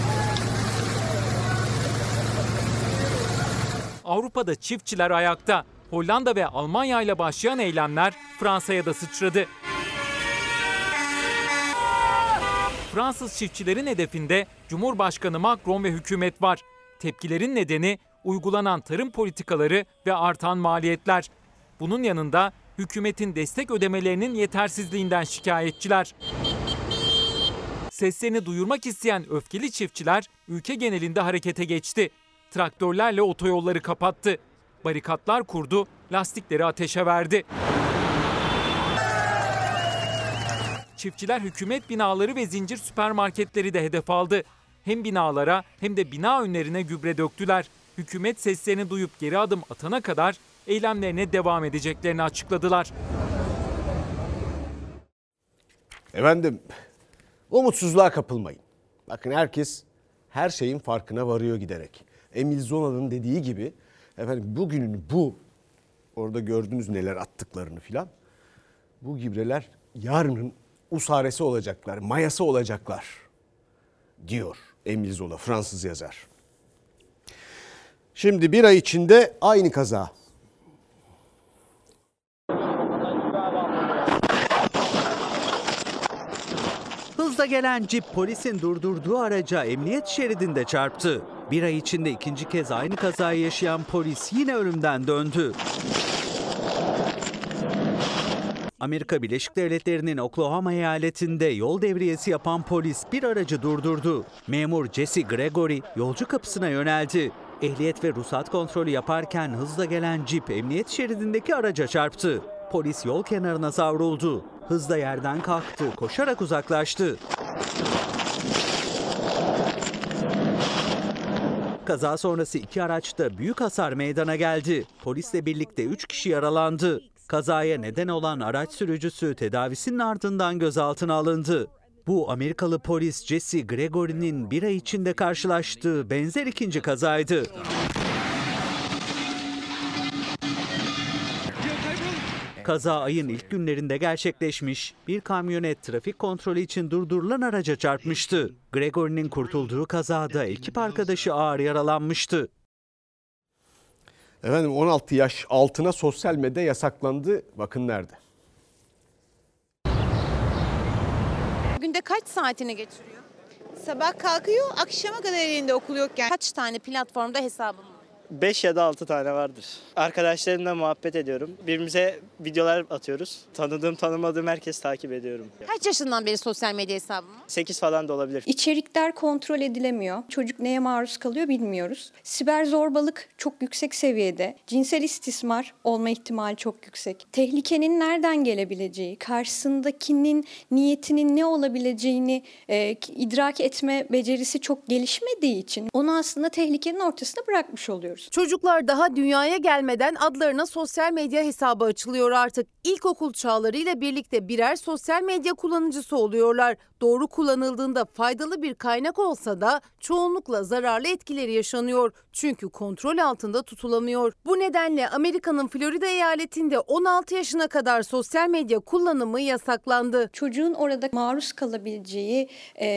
Avrupa'da çiftçiler ayakta. Hollanda ve Almanya ile başlayan eylemler Fransa'ya da sıçradı. Fransız çiftçilerin hedefinde Cumhurbaşkanı Macron ve hükümet var. Tepkilerin nedeni uygulanan tarım politikaları ve artan maliyetler. Bunun yanında hükümetin destek ödemelerinin yetersizliğinden şikayetçiler. Seslerini duyurmak isteyen öfkeli çiftçiler ülke genelinde harekete geçti. Traktörlerle otoyolları kapattı. Barikatlar kurdu, lastikleri ateşe verdi. Çiftçiler hükümet binaları ve zincir süpermarketleri de hedef aldı. Hem binalara hem de bina önlerine gübre döktüler. Hükümet seslerini duyup geri adım atana kadar eylemlerine devam edeceklerini açıkladılar. Efendim, umutsuzluğa kapılmayın. Bakın herkes her şeyin farkına varıyor giderek. Emil Zola'nın dediği gibi efendim bugünün bu orada gördünüz neler attıklarını filan. Bu gübreler yarının usaresi olacaklar, mayası olacaklar diyor Emil Zola, Fransız yazar. Şimdi bir ay içinde aynı kaza. Hızla gelen cip polisin durdurduğu araca emniyet şeridinde çarptı. Bir ay içinde ikinci kez aynı kazayı yaşayan polis yine ölümden döndü. Amerika Birleşik Devletleri'nin Oklahoma eyaletinde yol devriyesi yapan polis bir aracı durdurdu. Memur Jesse Gregory yolcu kapısına yöneldi. Ehliyet ve ruhsat kontrolü yaparken hızla gelen cip emniyet şeridindeki araca çarptı. Polis yol kenarına savruldu. Hızla yerden kalktı, koşarak uzaklaştı. Kaza sonrası iki araçta büyük hasar meydana geldi. Polisle birlikte 3 kişi yaralandı. Kazaya neden olan araç sürücüsü tedavisinin ardından gözaltına alındı. Bu Amerikalı polis Jesse Gregory'nin bir ay içinde karşılaştığı benzer ikinci kazaydı. Kaza ayın ilk günlerinde gerçekleşmiş. Bir kamyonet trafik kontrolü için durdurulan araca çarpmıştı. Gregory'nin kurtulduğu kazada ekip arkadaşı ağır yaralanmıştı. Efendim 16 yaş altına sosyal medya yasaklandı. Bakın nerede? Günde kaç saatini geçiriyor? Sabah kalkıyor, akşama kadar elinde okul yokken. Kaç tane platformda hesabım var? 5 ya da 6 tane vardır. Arkadaşlarımla muhabbet ediyorum. Birbirimize videolar atıyoruz. Tanıdığım tanımadığım herkes takip ediyorum. Kaç yaşından beri sosyal medya hesabım var? 8 falan da olabilir. İçerikler kontrol edilemiyor. Çocuk neye maruz kalıyor bilmiyoruz. Siber zorbalık çok yüksek seviyede. Cinsel istismar olma ihtimali çok yüksek. Tehlikenin nereden gelebileceği, karşısındakinin niyetinin ne olabileceğini idrak etme becerisi çok gelişmediği için onu aslında tehlikenin ortasına bırakmış oluyoruz. Çocuklar daha dünyaya gelmeden adlarına sosyal medya hesabı açılıyor artık. İlkokul çağlarıyla birlikte birer sosyal medya kullanıcısı oluyorlar. Doğru kullanıldığında faydalı bir kaynak olsa da çoğunlukla zararlı etkileri yaşanıyor. Çünkü kontrol altında tutulamıyor. Bu nedenle Amerika'nın Florida eyaletinde 16 yaşına kadar sosyal medya kullanımı yasaklandı. Çocuğun orada maruz kalabileceği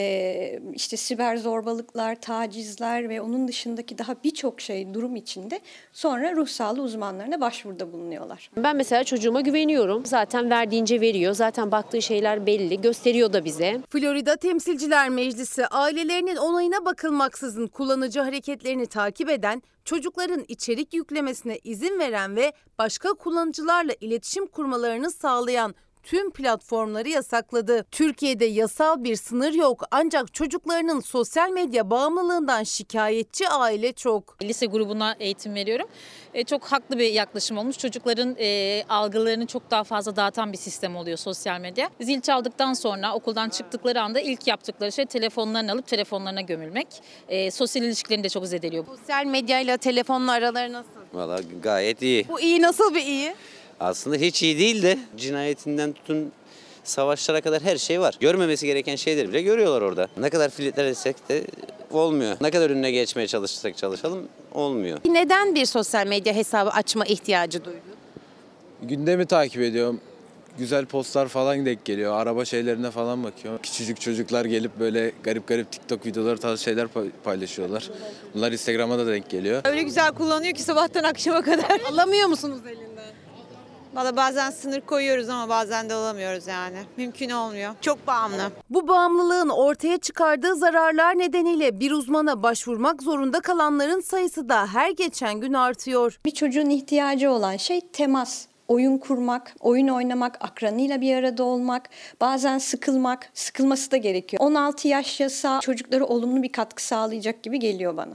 işte siber zorbalıklar, tacizler ve onun dışındaki daha birçok durum içinde sonra ruh sağlığı uzmanlarına başvuruda bulunuyorlar. Ben mesela çocuğuma güveniyorum. Zaten verdiğince veriyor. Zaten baktığı şeyler belli. Gösteriyor da bize. Florida Temsilciler Meclisi ailelerinin onayına bakılmaksızın kullanıcı hareketlerini takip eden, çocukların içerik yüklemesine izin veren ve başka kullanıcılarla iletişim kurmalarını sağlayan tüm platformları yasakladı. Türkiye'de yasal bir sınır yok ancak çocuklarının sosyal medya bağımlılığından şikayetçi aile çok. Lise grubuna eğitim veriyorum. Çok haklı bir yaklaşım olmuş. Çocukların algılarını çok daha fazla dağıtan bir sistem oluyor sosyal medya. Zil çaldıktan sonra okuldan çıktıkları anda ilk yaptıkları şey telefonlarını alıp telefonlarına gömülmek. Sosyal ilişkilerini de çok zedeliyor. Sosyal medyayla telefonla araları nasıl? Valla gayet iyi. Bu iyi, nasıl bir iyi? Aslında hiç iyi değil de cinayetinden tutun savaşlara kadar her şey var. Görmemesi gereken şeyleri bile görüyorlar orada. Ne kadar filtreler etsek de olmuyor. Ne kadar önüne geçmeye çalışırsak çalışalım olmuyor. Neden bir sosyal medya hesabı açma ihtiyacı duydun? Gündemi takip ediyorum. Güzel postlar falan denk geliyor. Araba şeylerine falan bakıyorum. Küçücük çocuklar gelip böyle garip garip TikTok videoları tarzı şeyler paylaşıyorlar. Bunlar Instagram'a da denk geliyor. Öyle güzel kullanıyor ki sabahtan akşama kadar. Alamıyor musunuz elinden? Valla bazen sınır koyuyoruz ama bazen de alamıyoruz yani. Mümkün olmuyor. Çok bağımlı. Bu bağımlılığın ortaya çıkardığı zararlar nedeniyle bir uzmana başvurmak zorunda kalanların sayısı da her geçen gün artıyor. Bir çocuğun ihtiyacı olan şey temas. Oyun kurmak, oyun oynamak, akranıyla bir arada olmak, bazen sıkılmak, sıkılması da gerekiyor. 16 yaş yasağı çocuklara olumlu bir katkı sağlayacak gibi geliyor bana.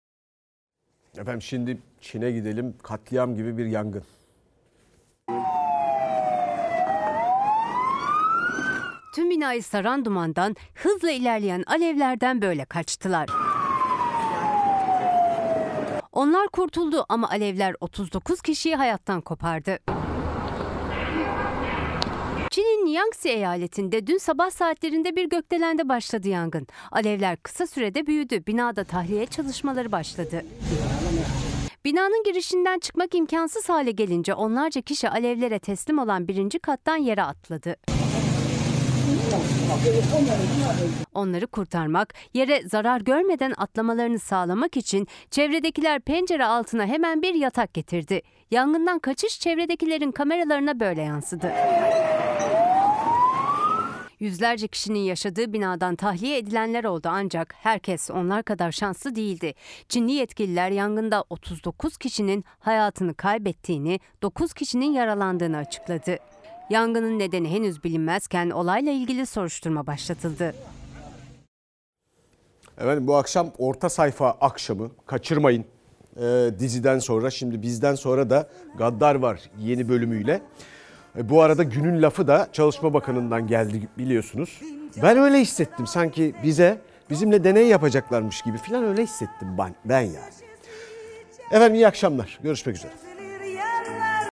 Efendim şimdi Çin'e gidelim. Katliam gibi bir yangın. Tüm binayı saran dumandan, hızla ilerleyen alevlerden böyle kaçtılar. Onlar kurtuldu ama alevler 39 kişiyi hayattan kopardı. Çin'in Yangtze eyaletinde dün sabah saatlerinde bir gökdelende başladı yangın. Alevler kısa sürede büyüdü. Binada tahliye çalışmaları başladı. Binanın girişinden çıkmak imkansız hale gelince onlarca kişi alevlere teslim olan 1. kattan yere atladı. Onları kurtarmak, yere zarar görmeden atlamalarını sağlamak için çevredekiler pencere altına hemen bir yatak getirdi. Yangından kaçış çevredekilerin kameralarına böyle yansıdı. Yüzlerce kişinin yaşadığı binadan tahliye edilenler oldu ancak herkes onlar kadar şanslı değildi. Çinli yetkililer yangında 39 kişinin hayatını kaybettiğini, 9 kişinin yaralandığını açıkladı. Yangının nedeni henüz bilinmezken olayla ilgili soruşturma başlatıldı. Efendim bu akşam orta sayfa akşamı kaçırmayın. Diziden sonra şimdi bizden sonra da Gaddar var yeni bölümüyle. Bu arada günün lafı da Çalışma Bakanı'ndan geldi biliyorsunuz. Ben öyle hissettim sanki bizimle deney yapacaklarmış gibi falan öyle hissettim ben yani. Efendim iyi akşamlar. Görüşmek üzere.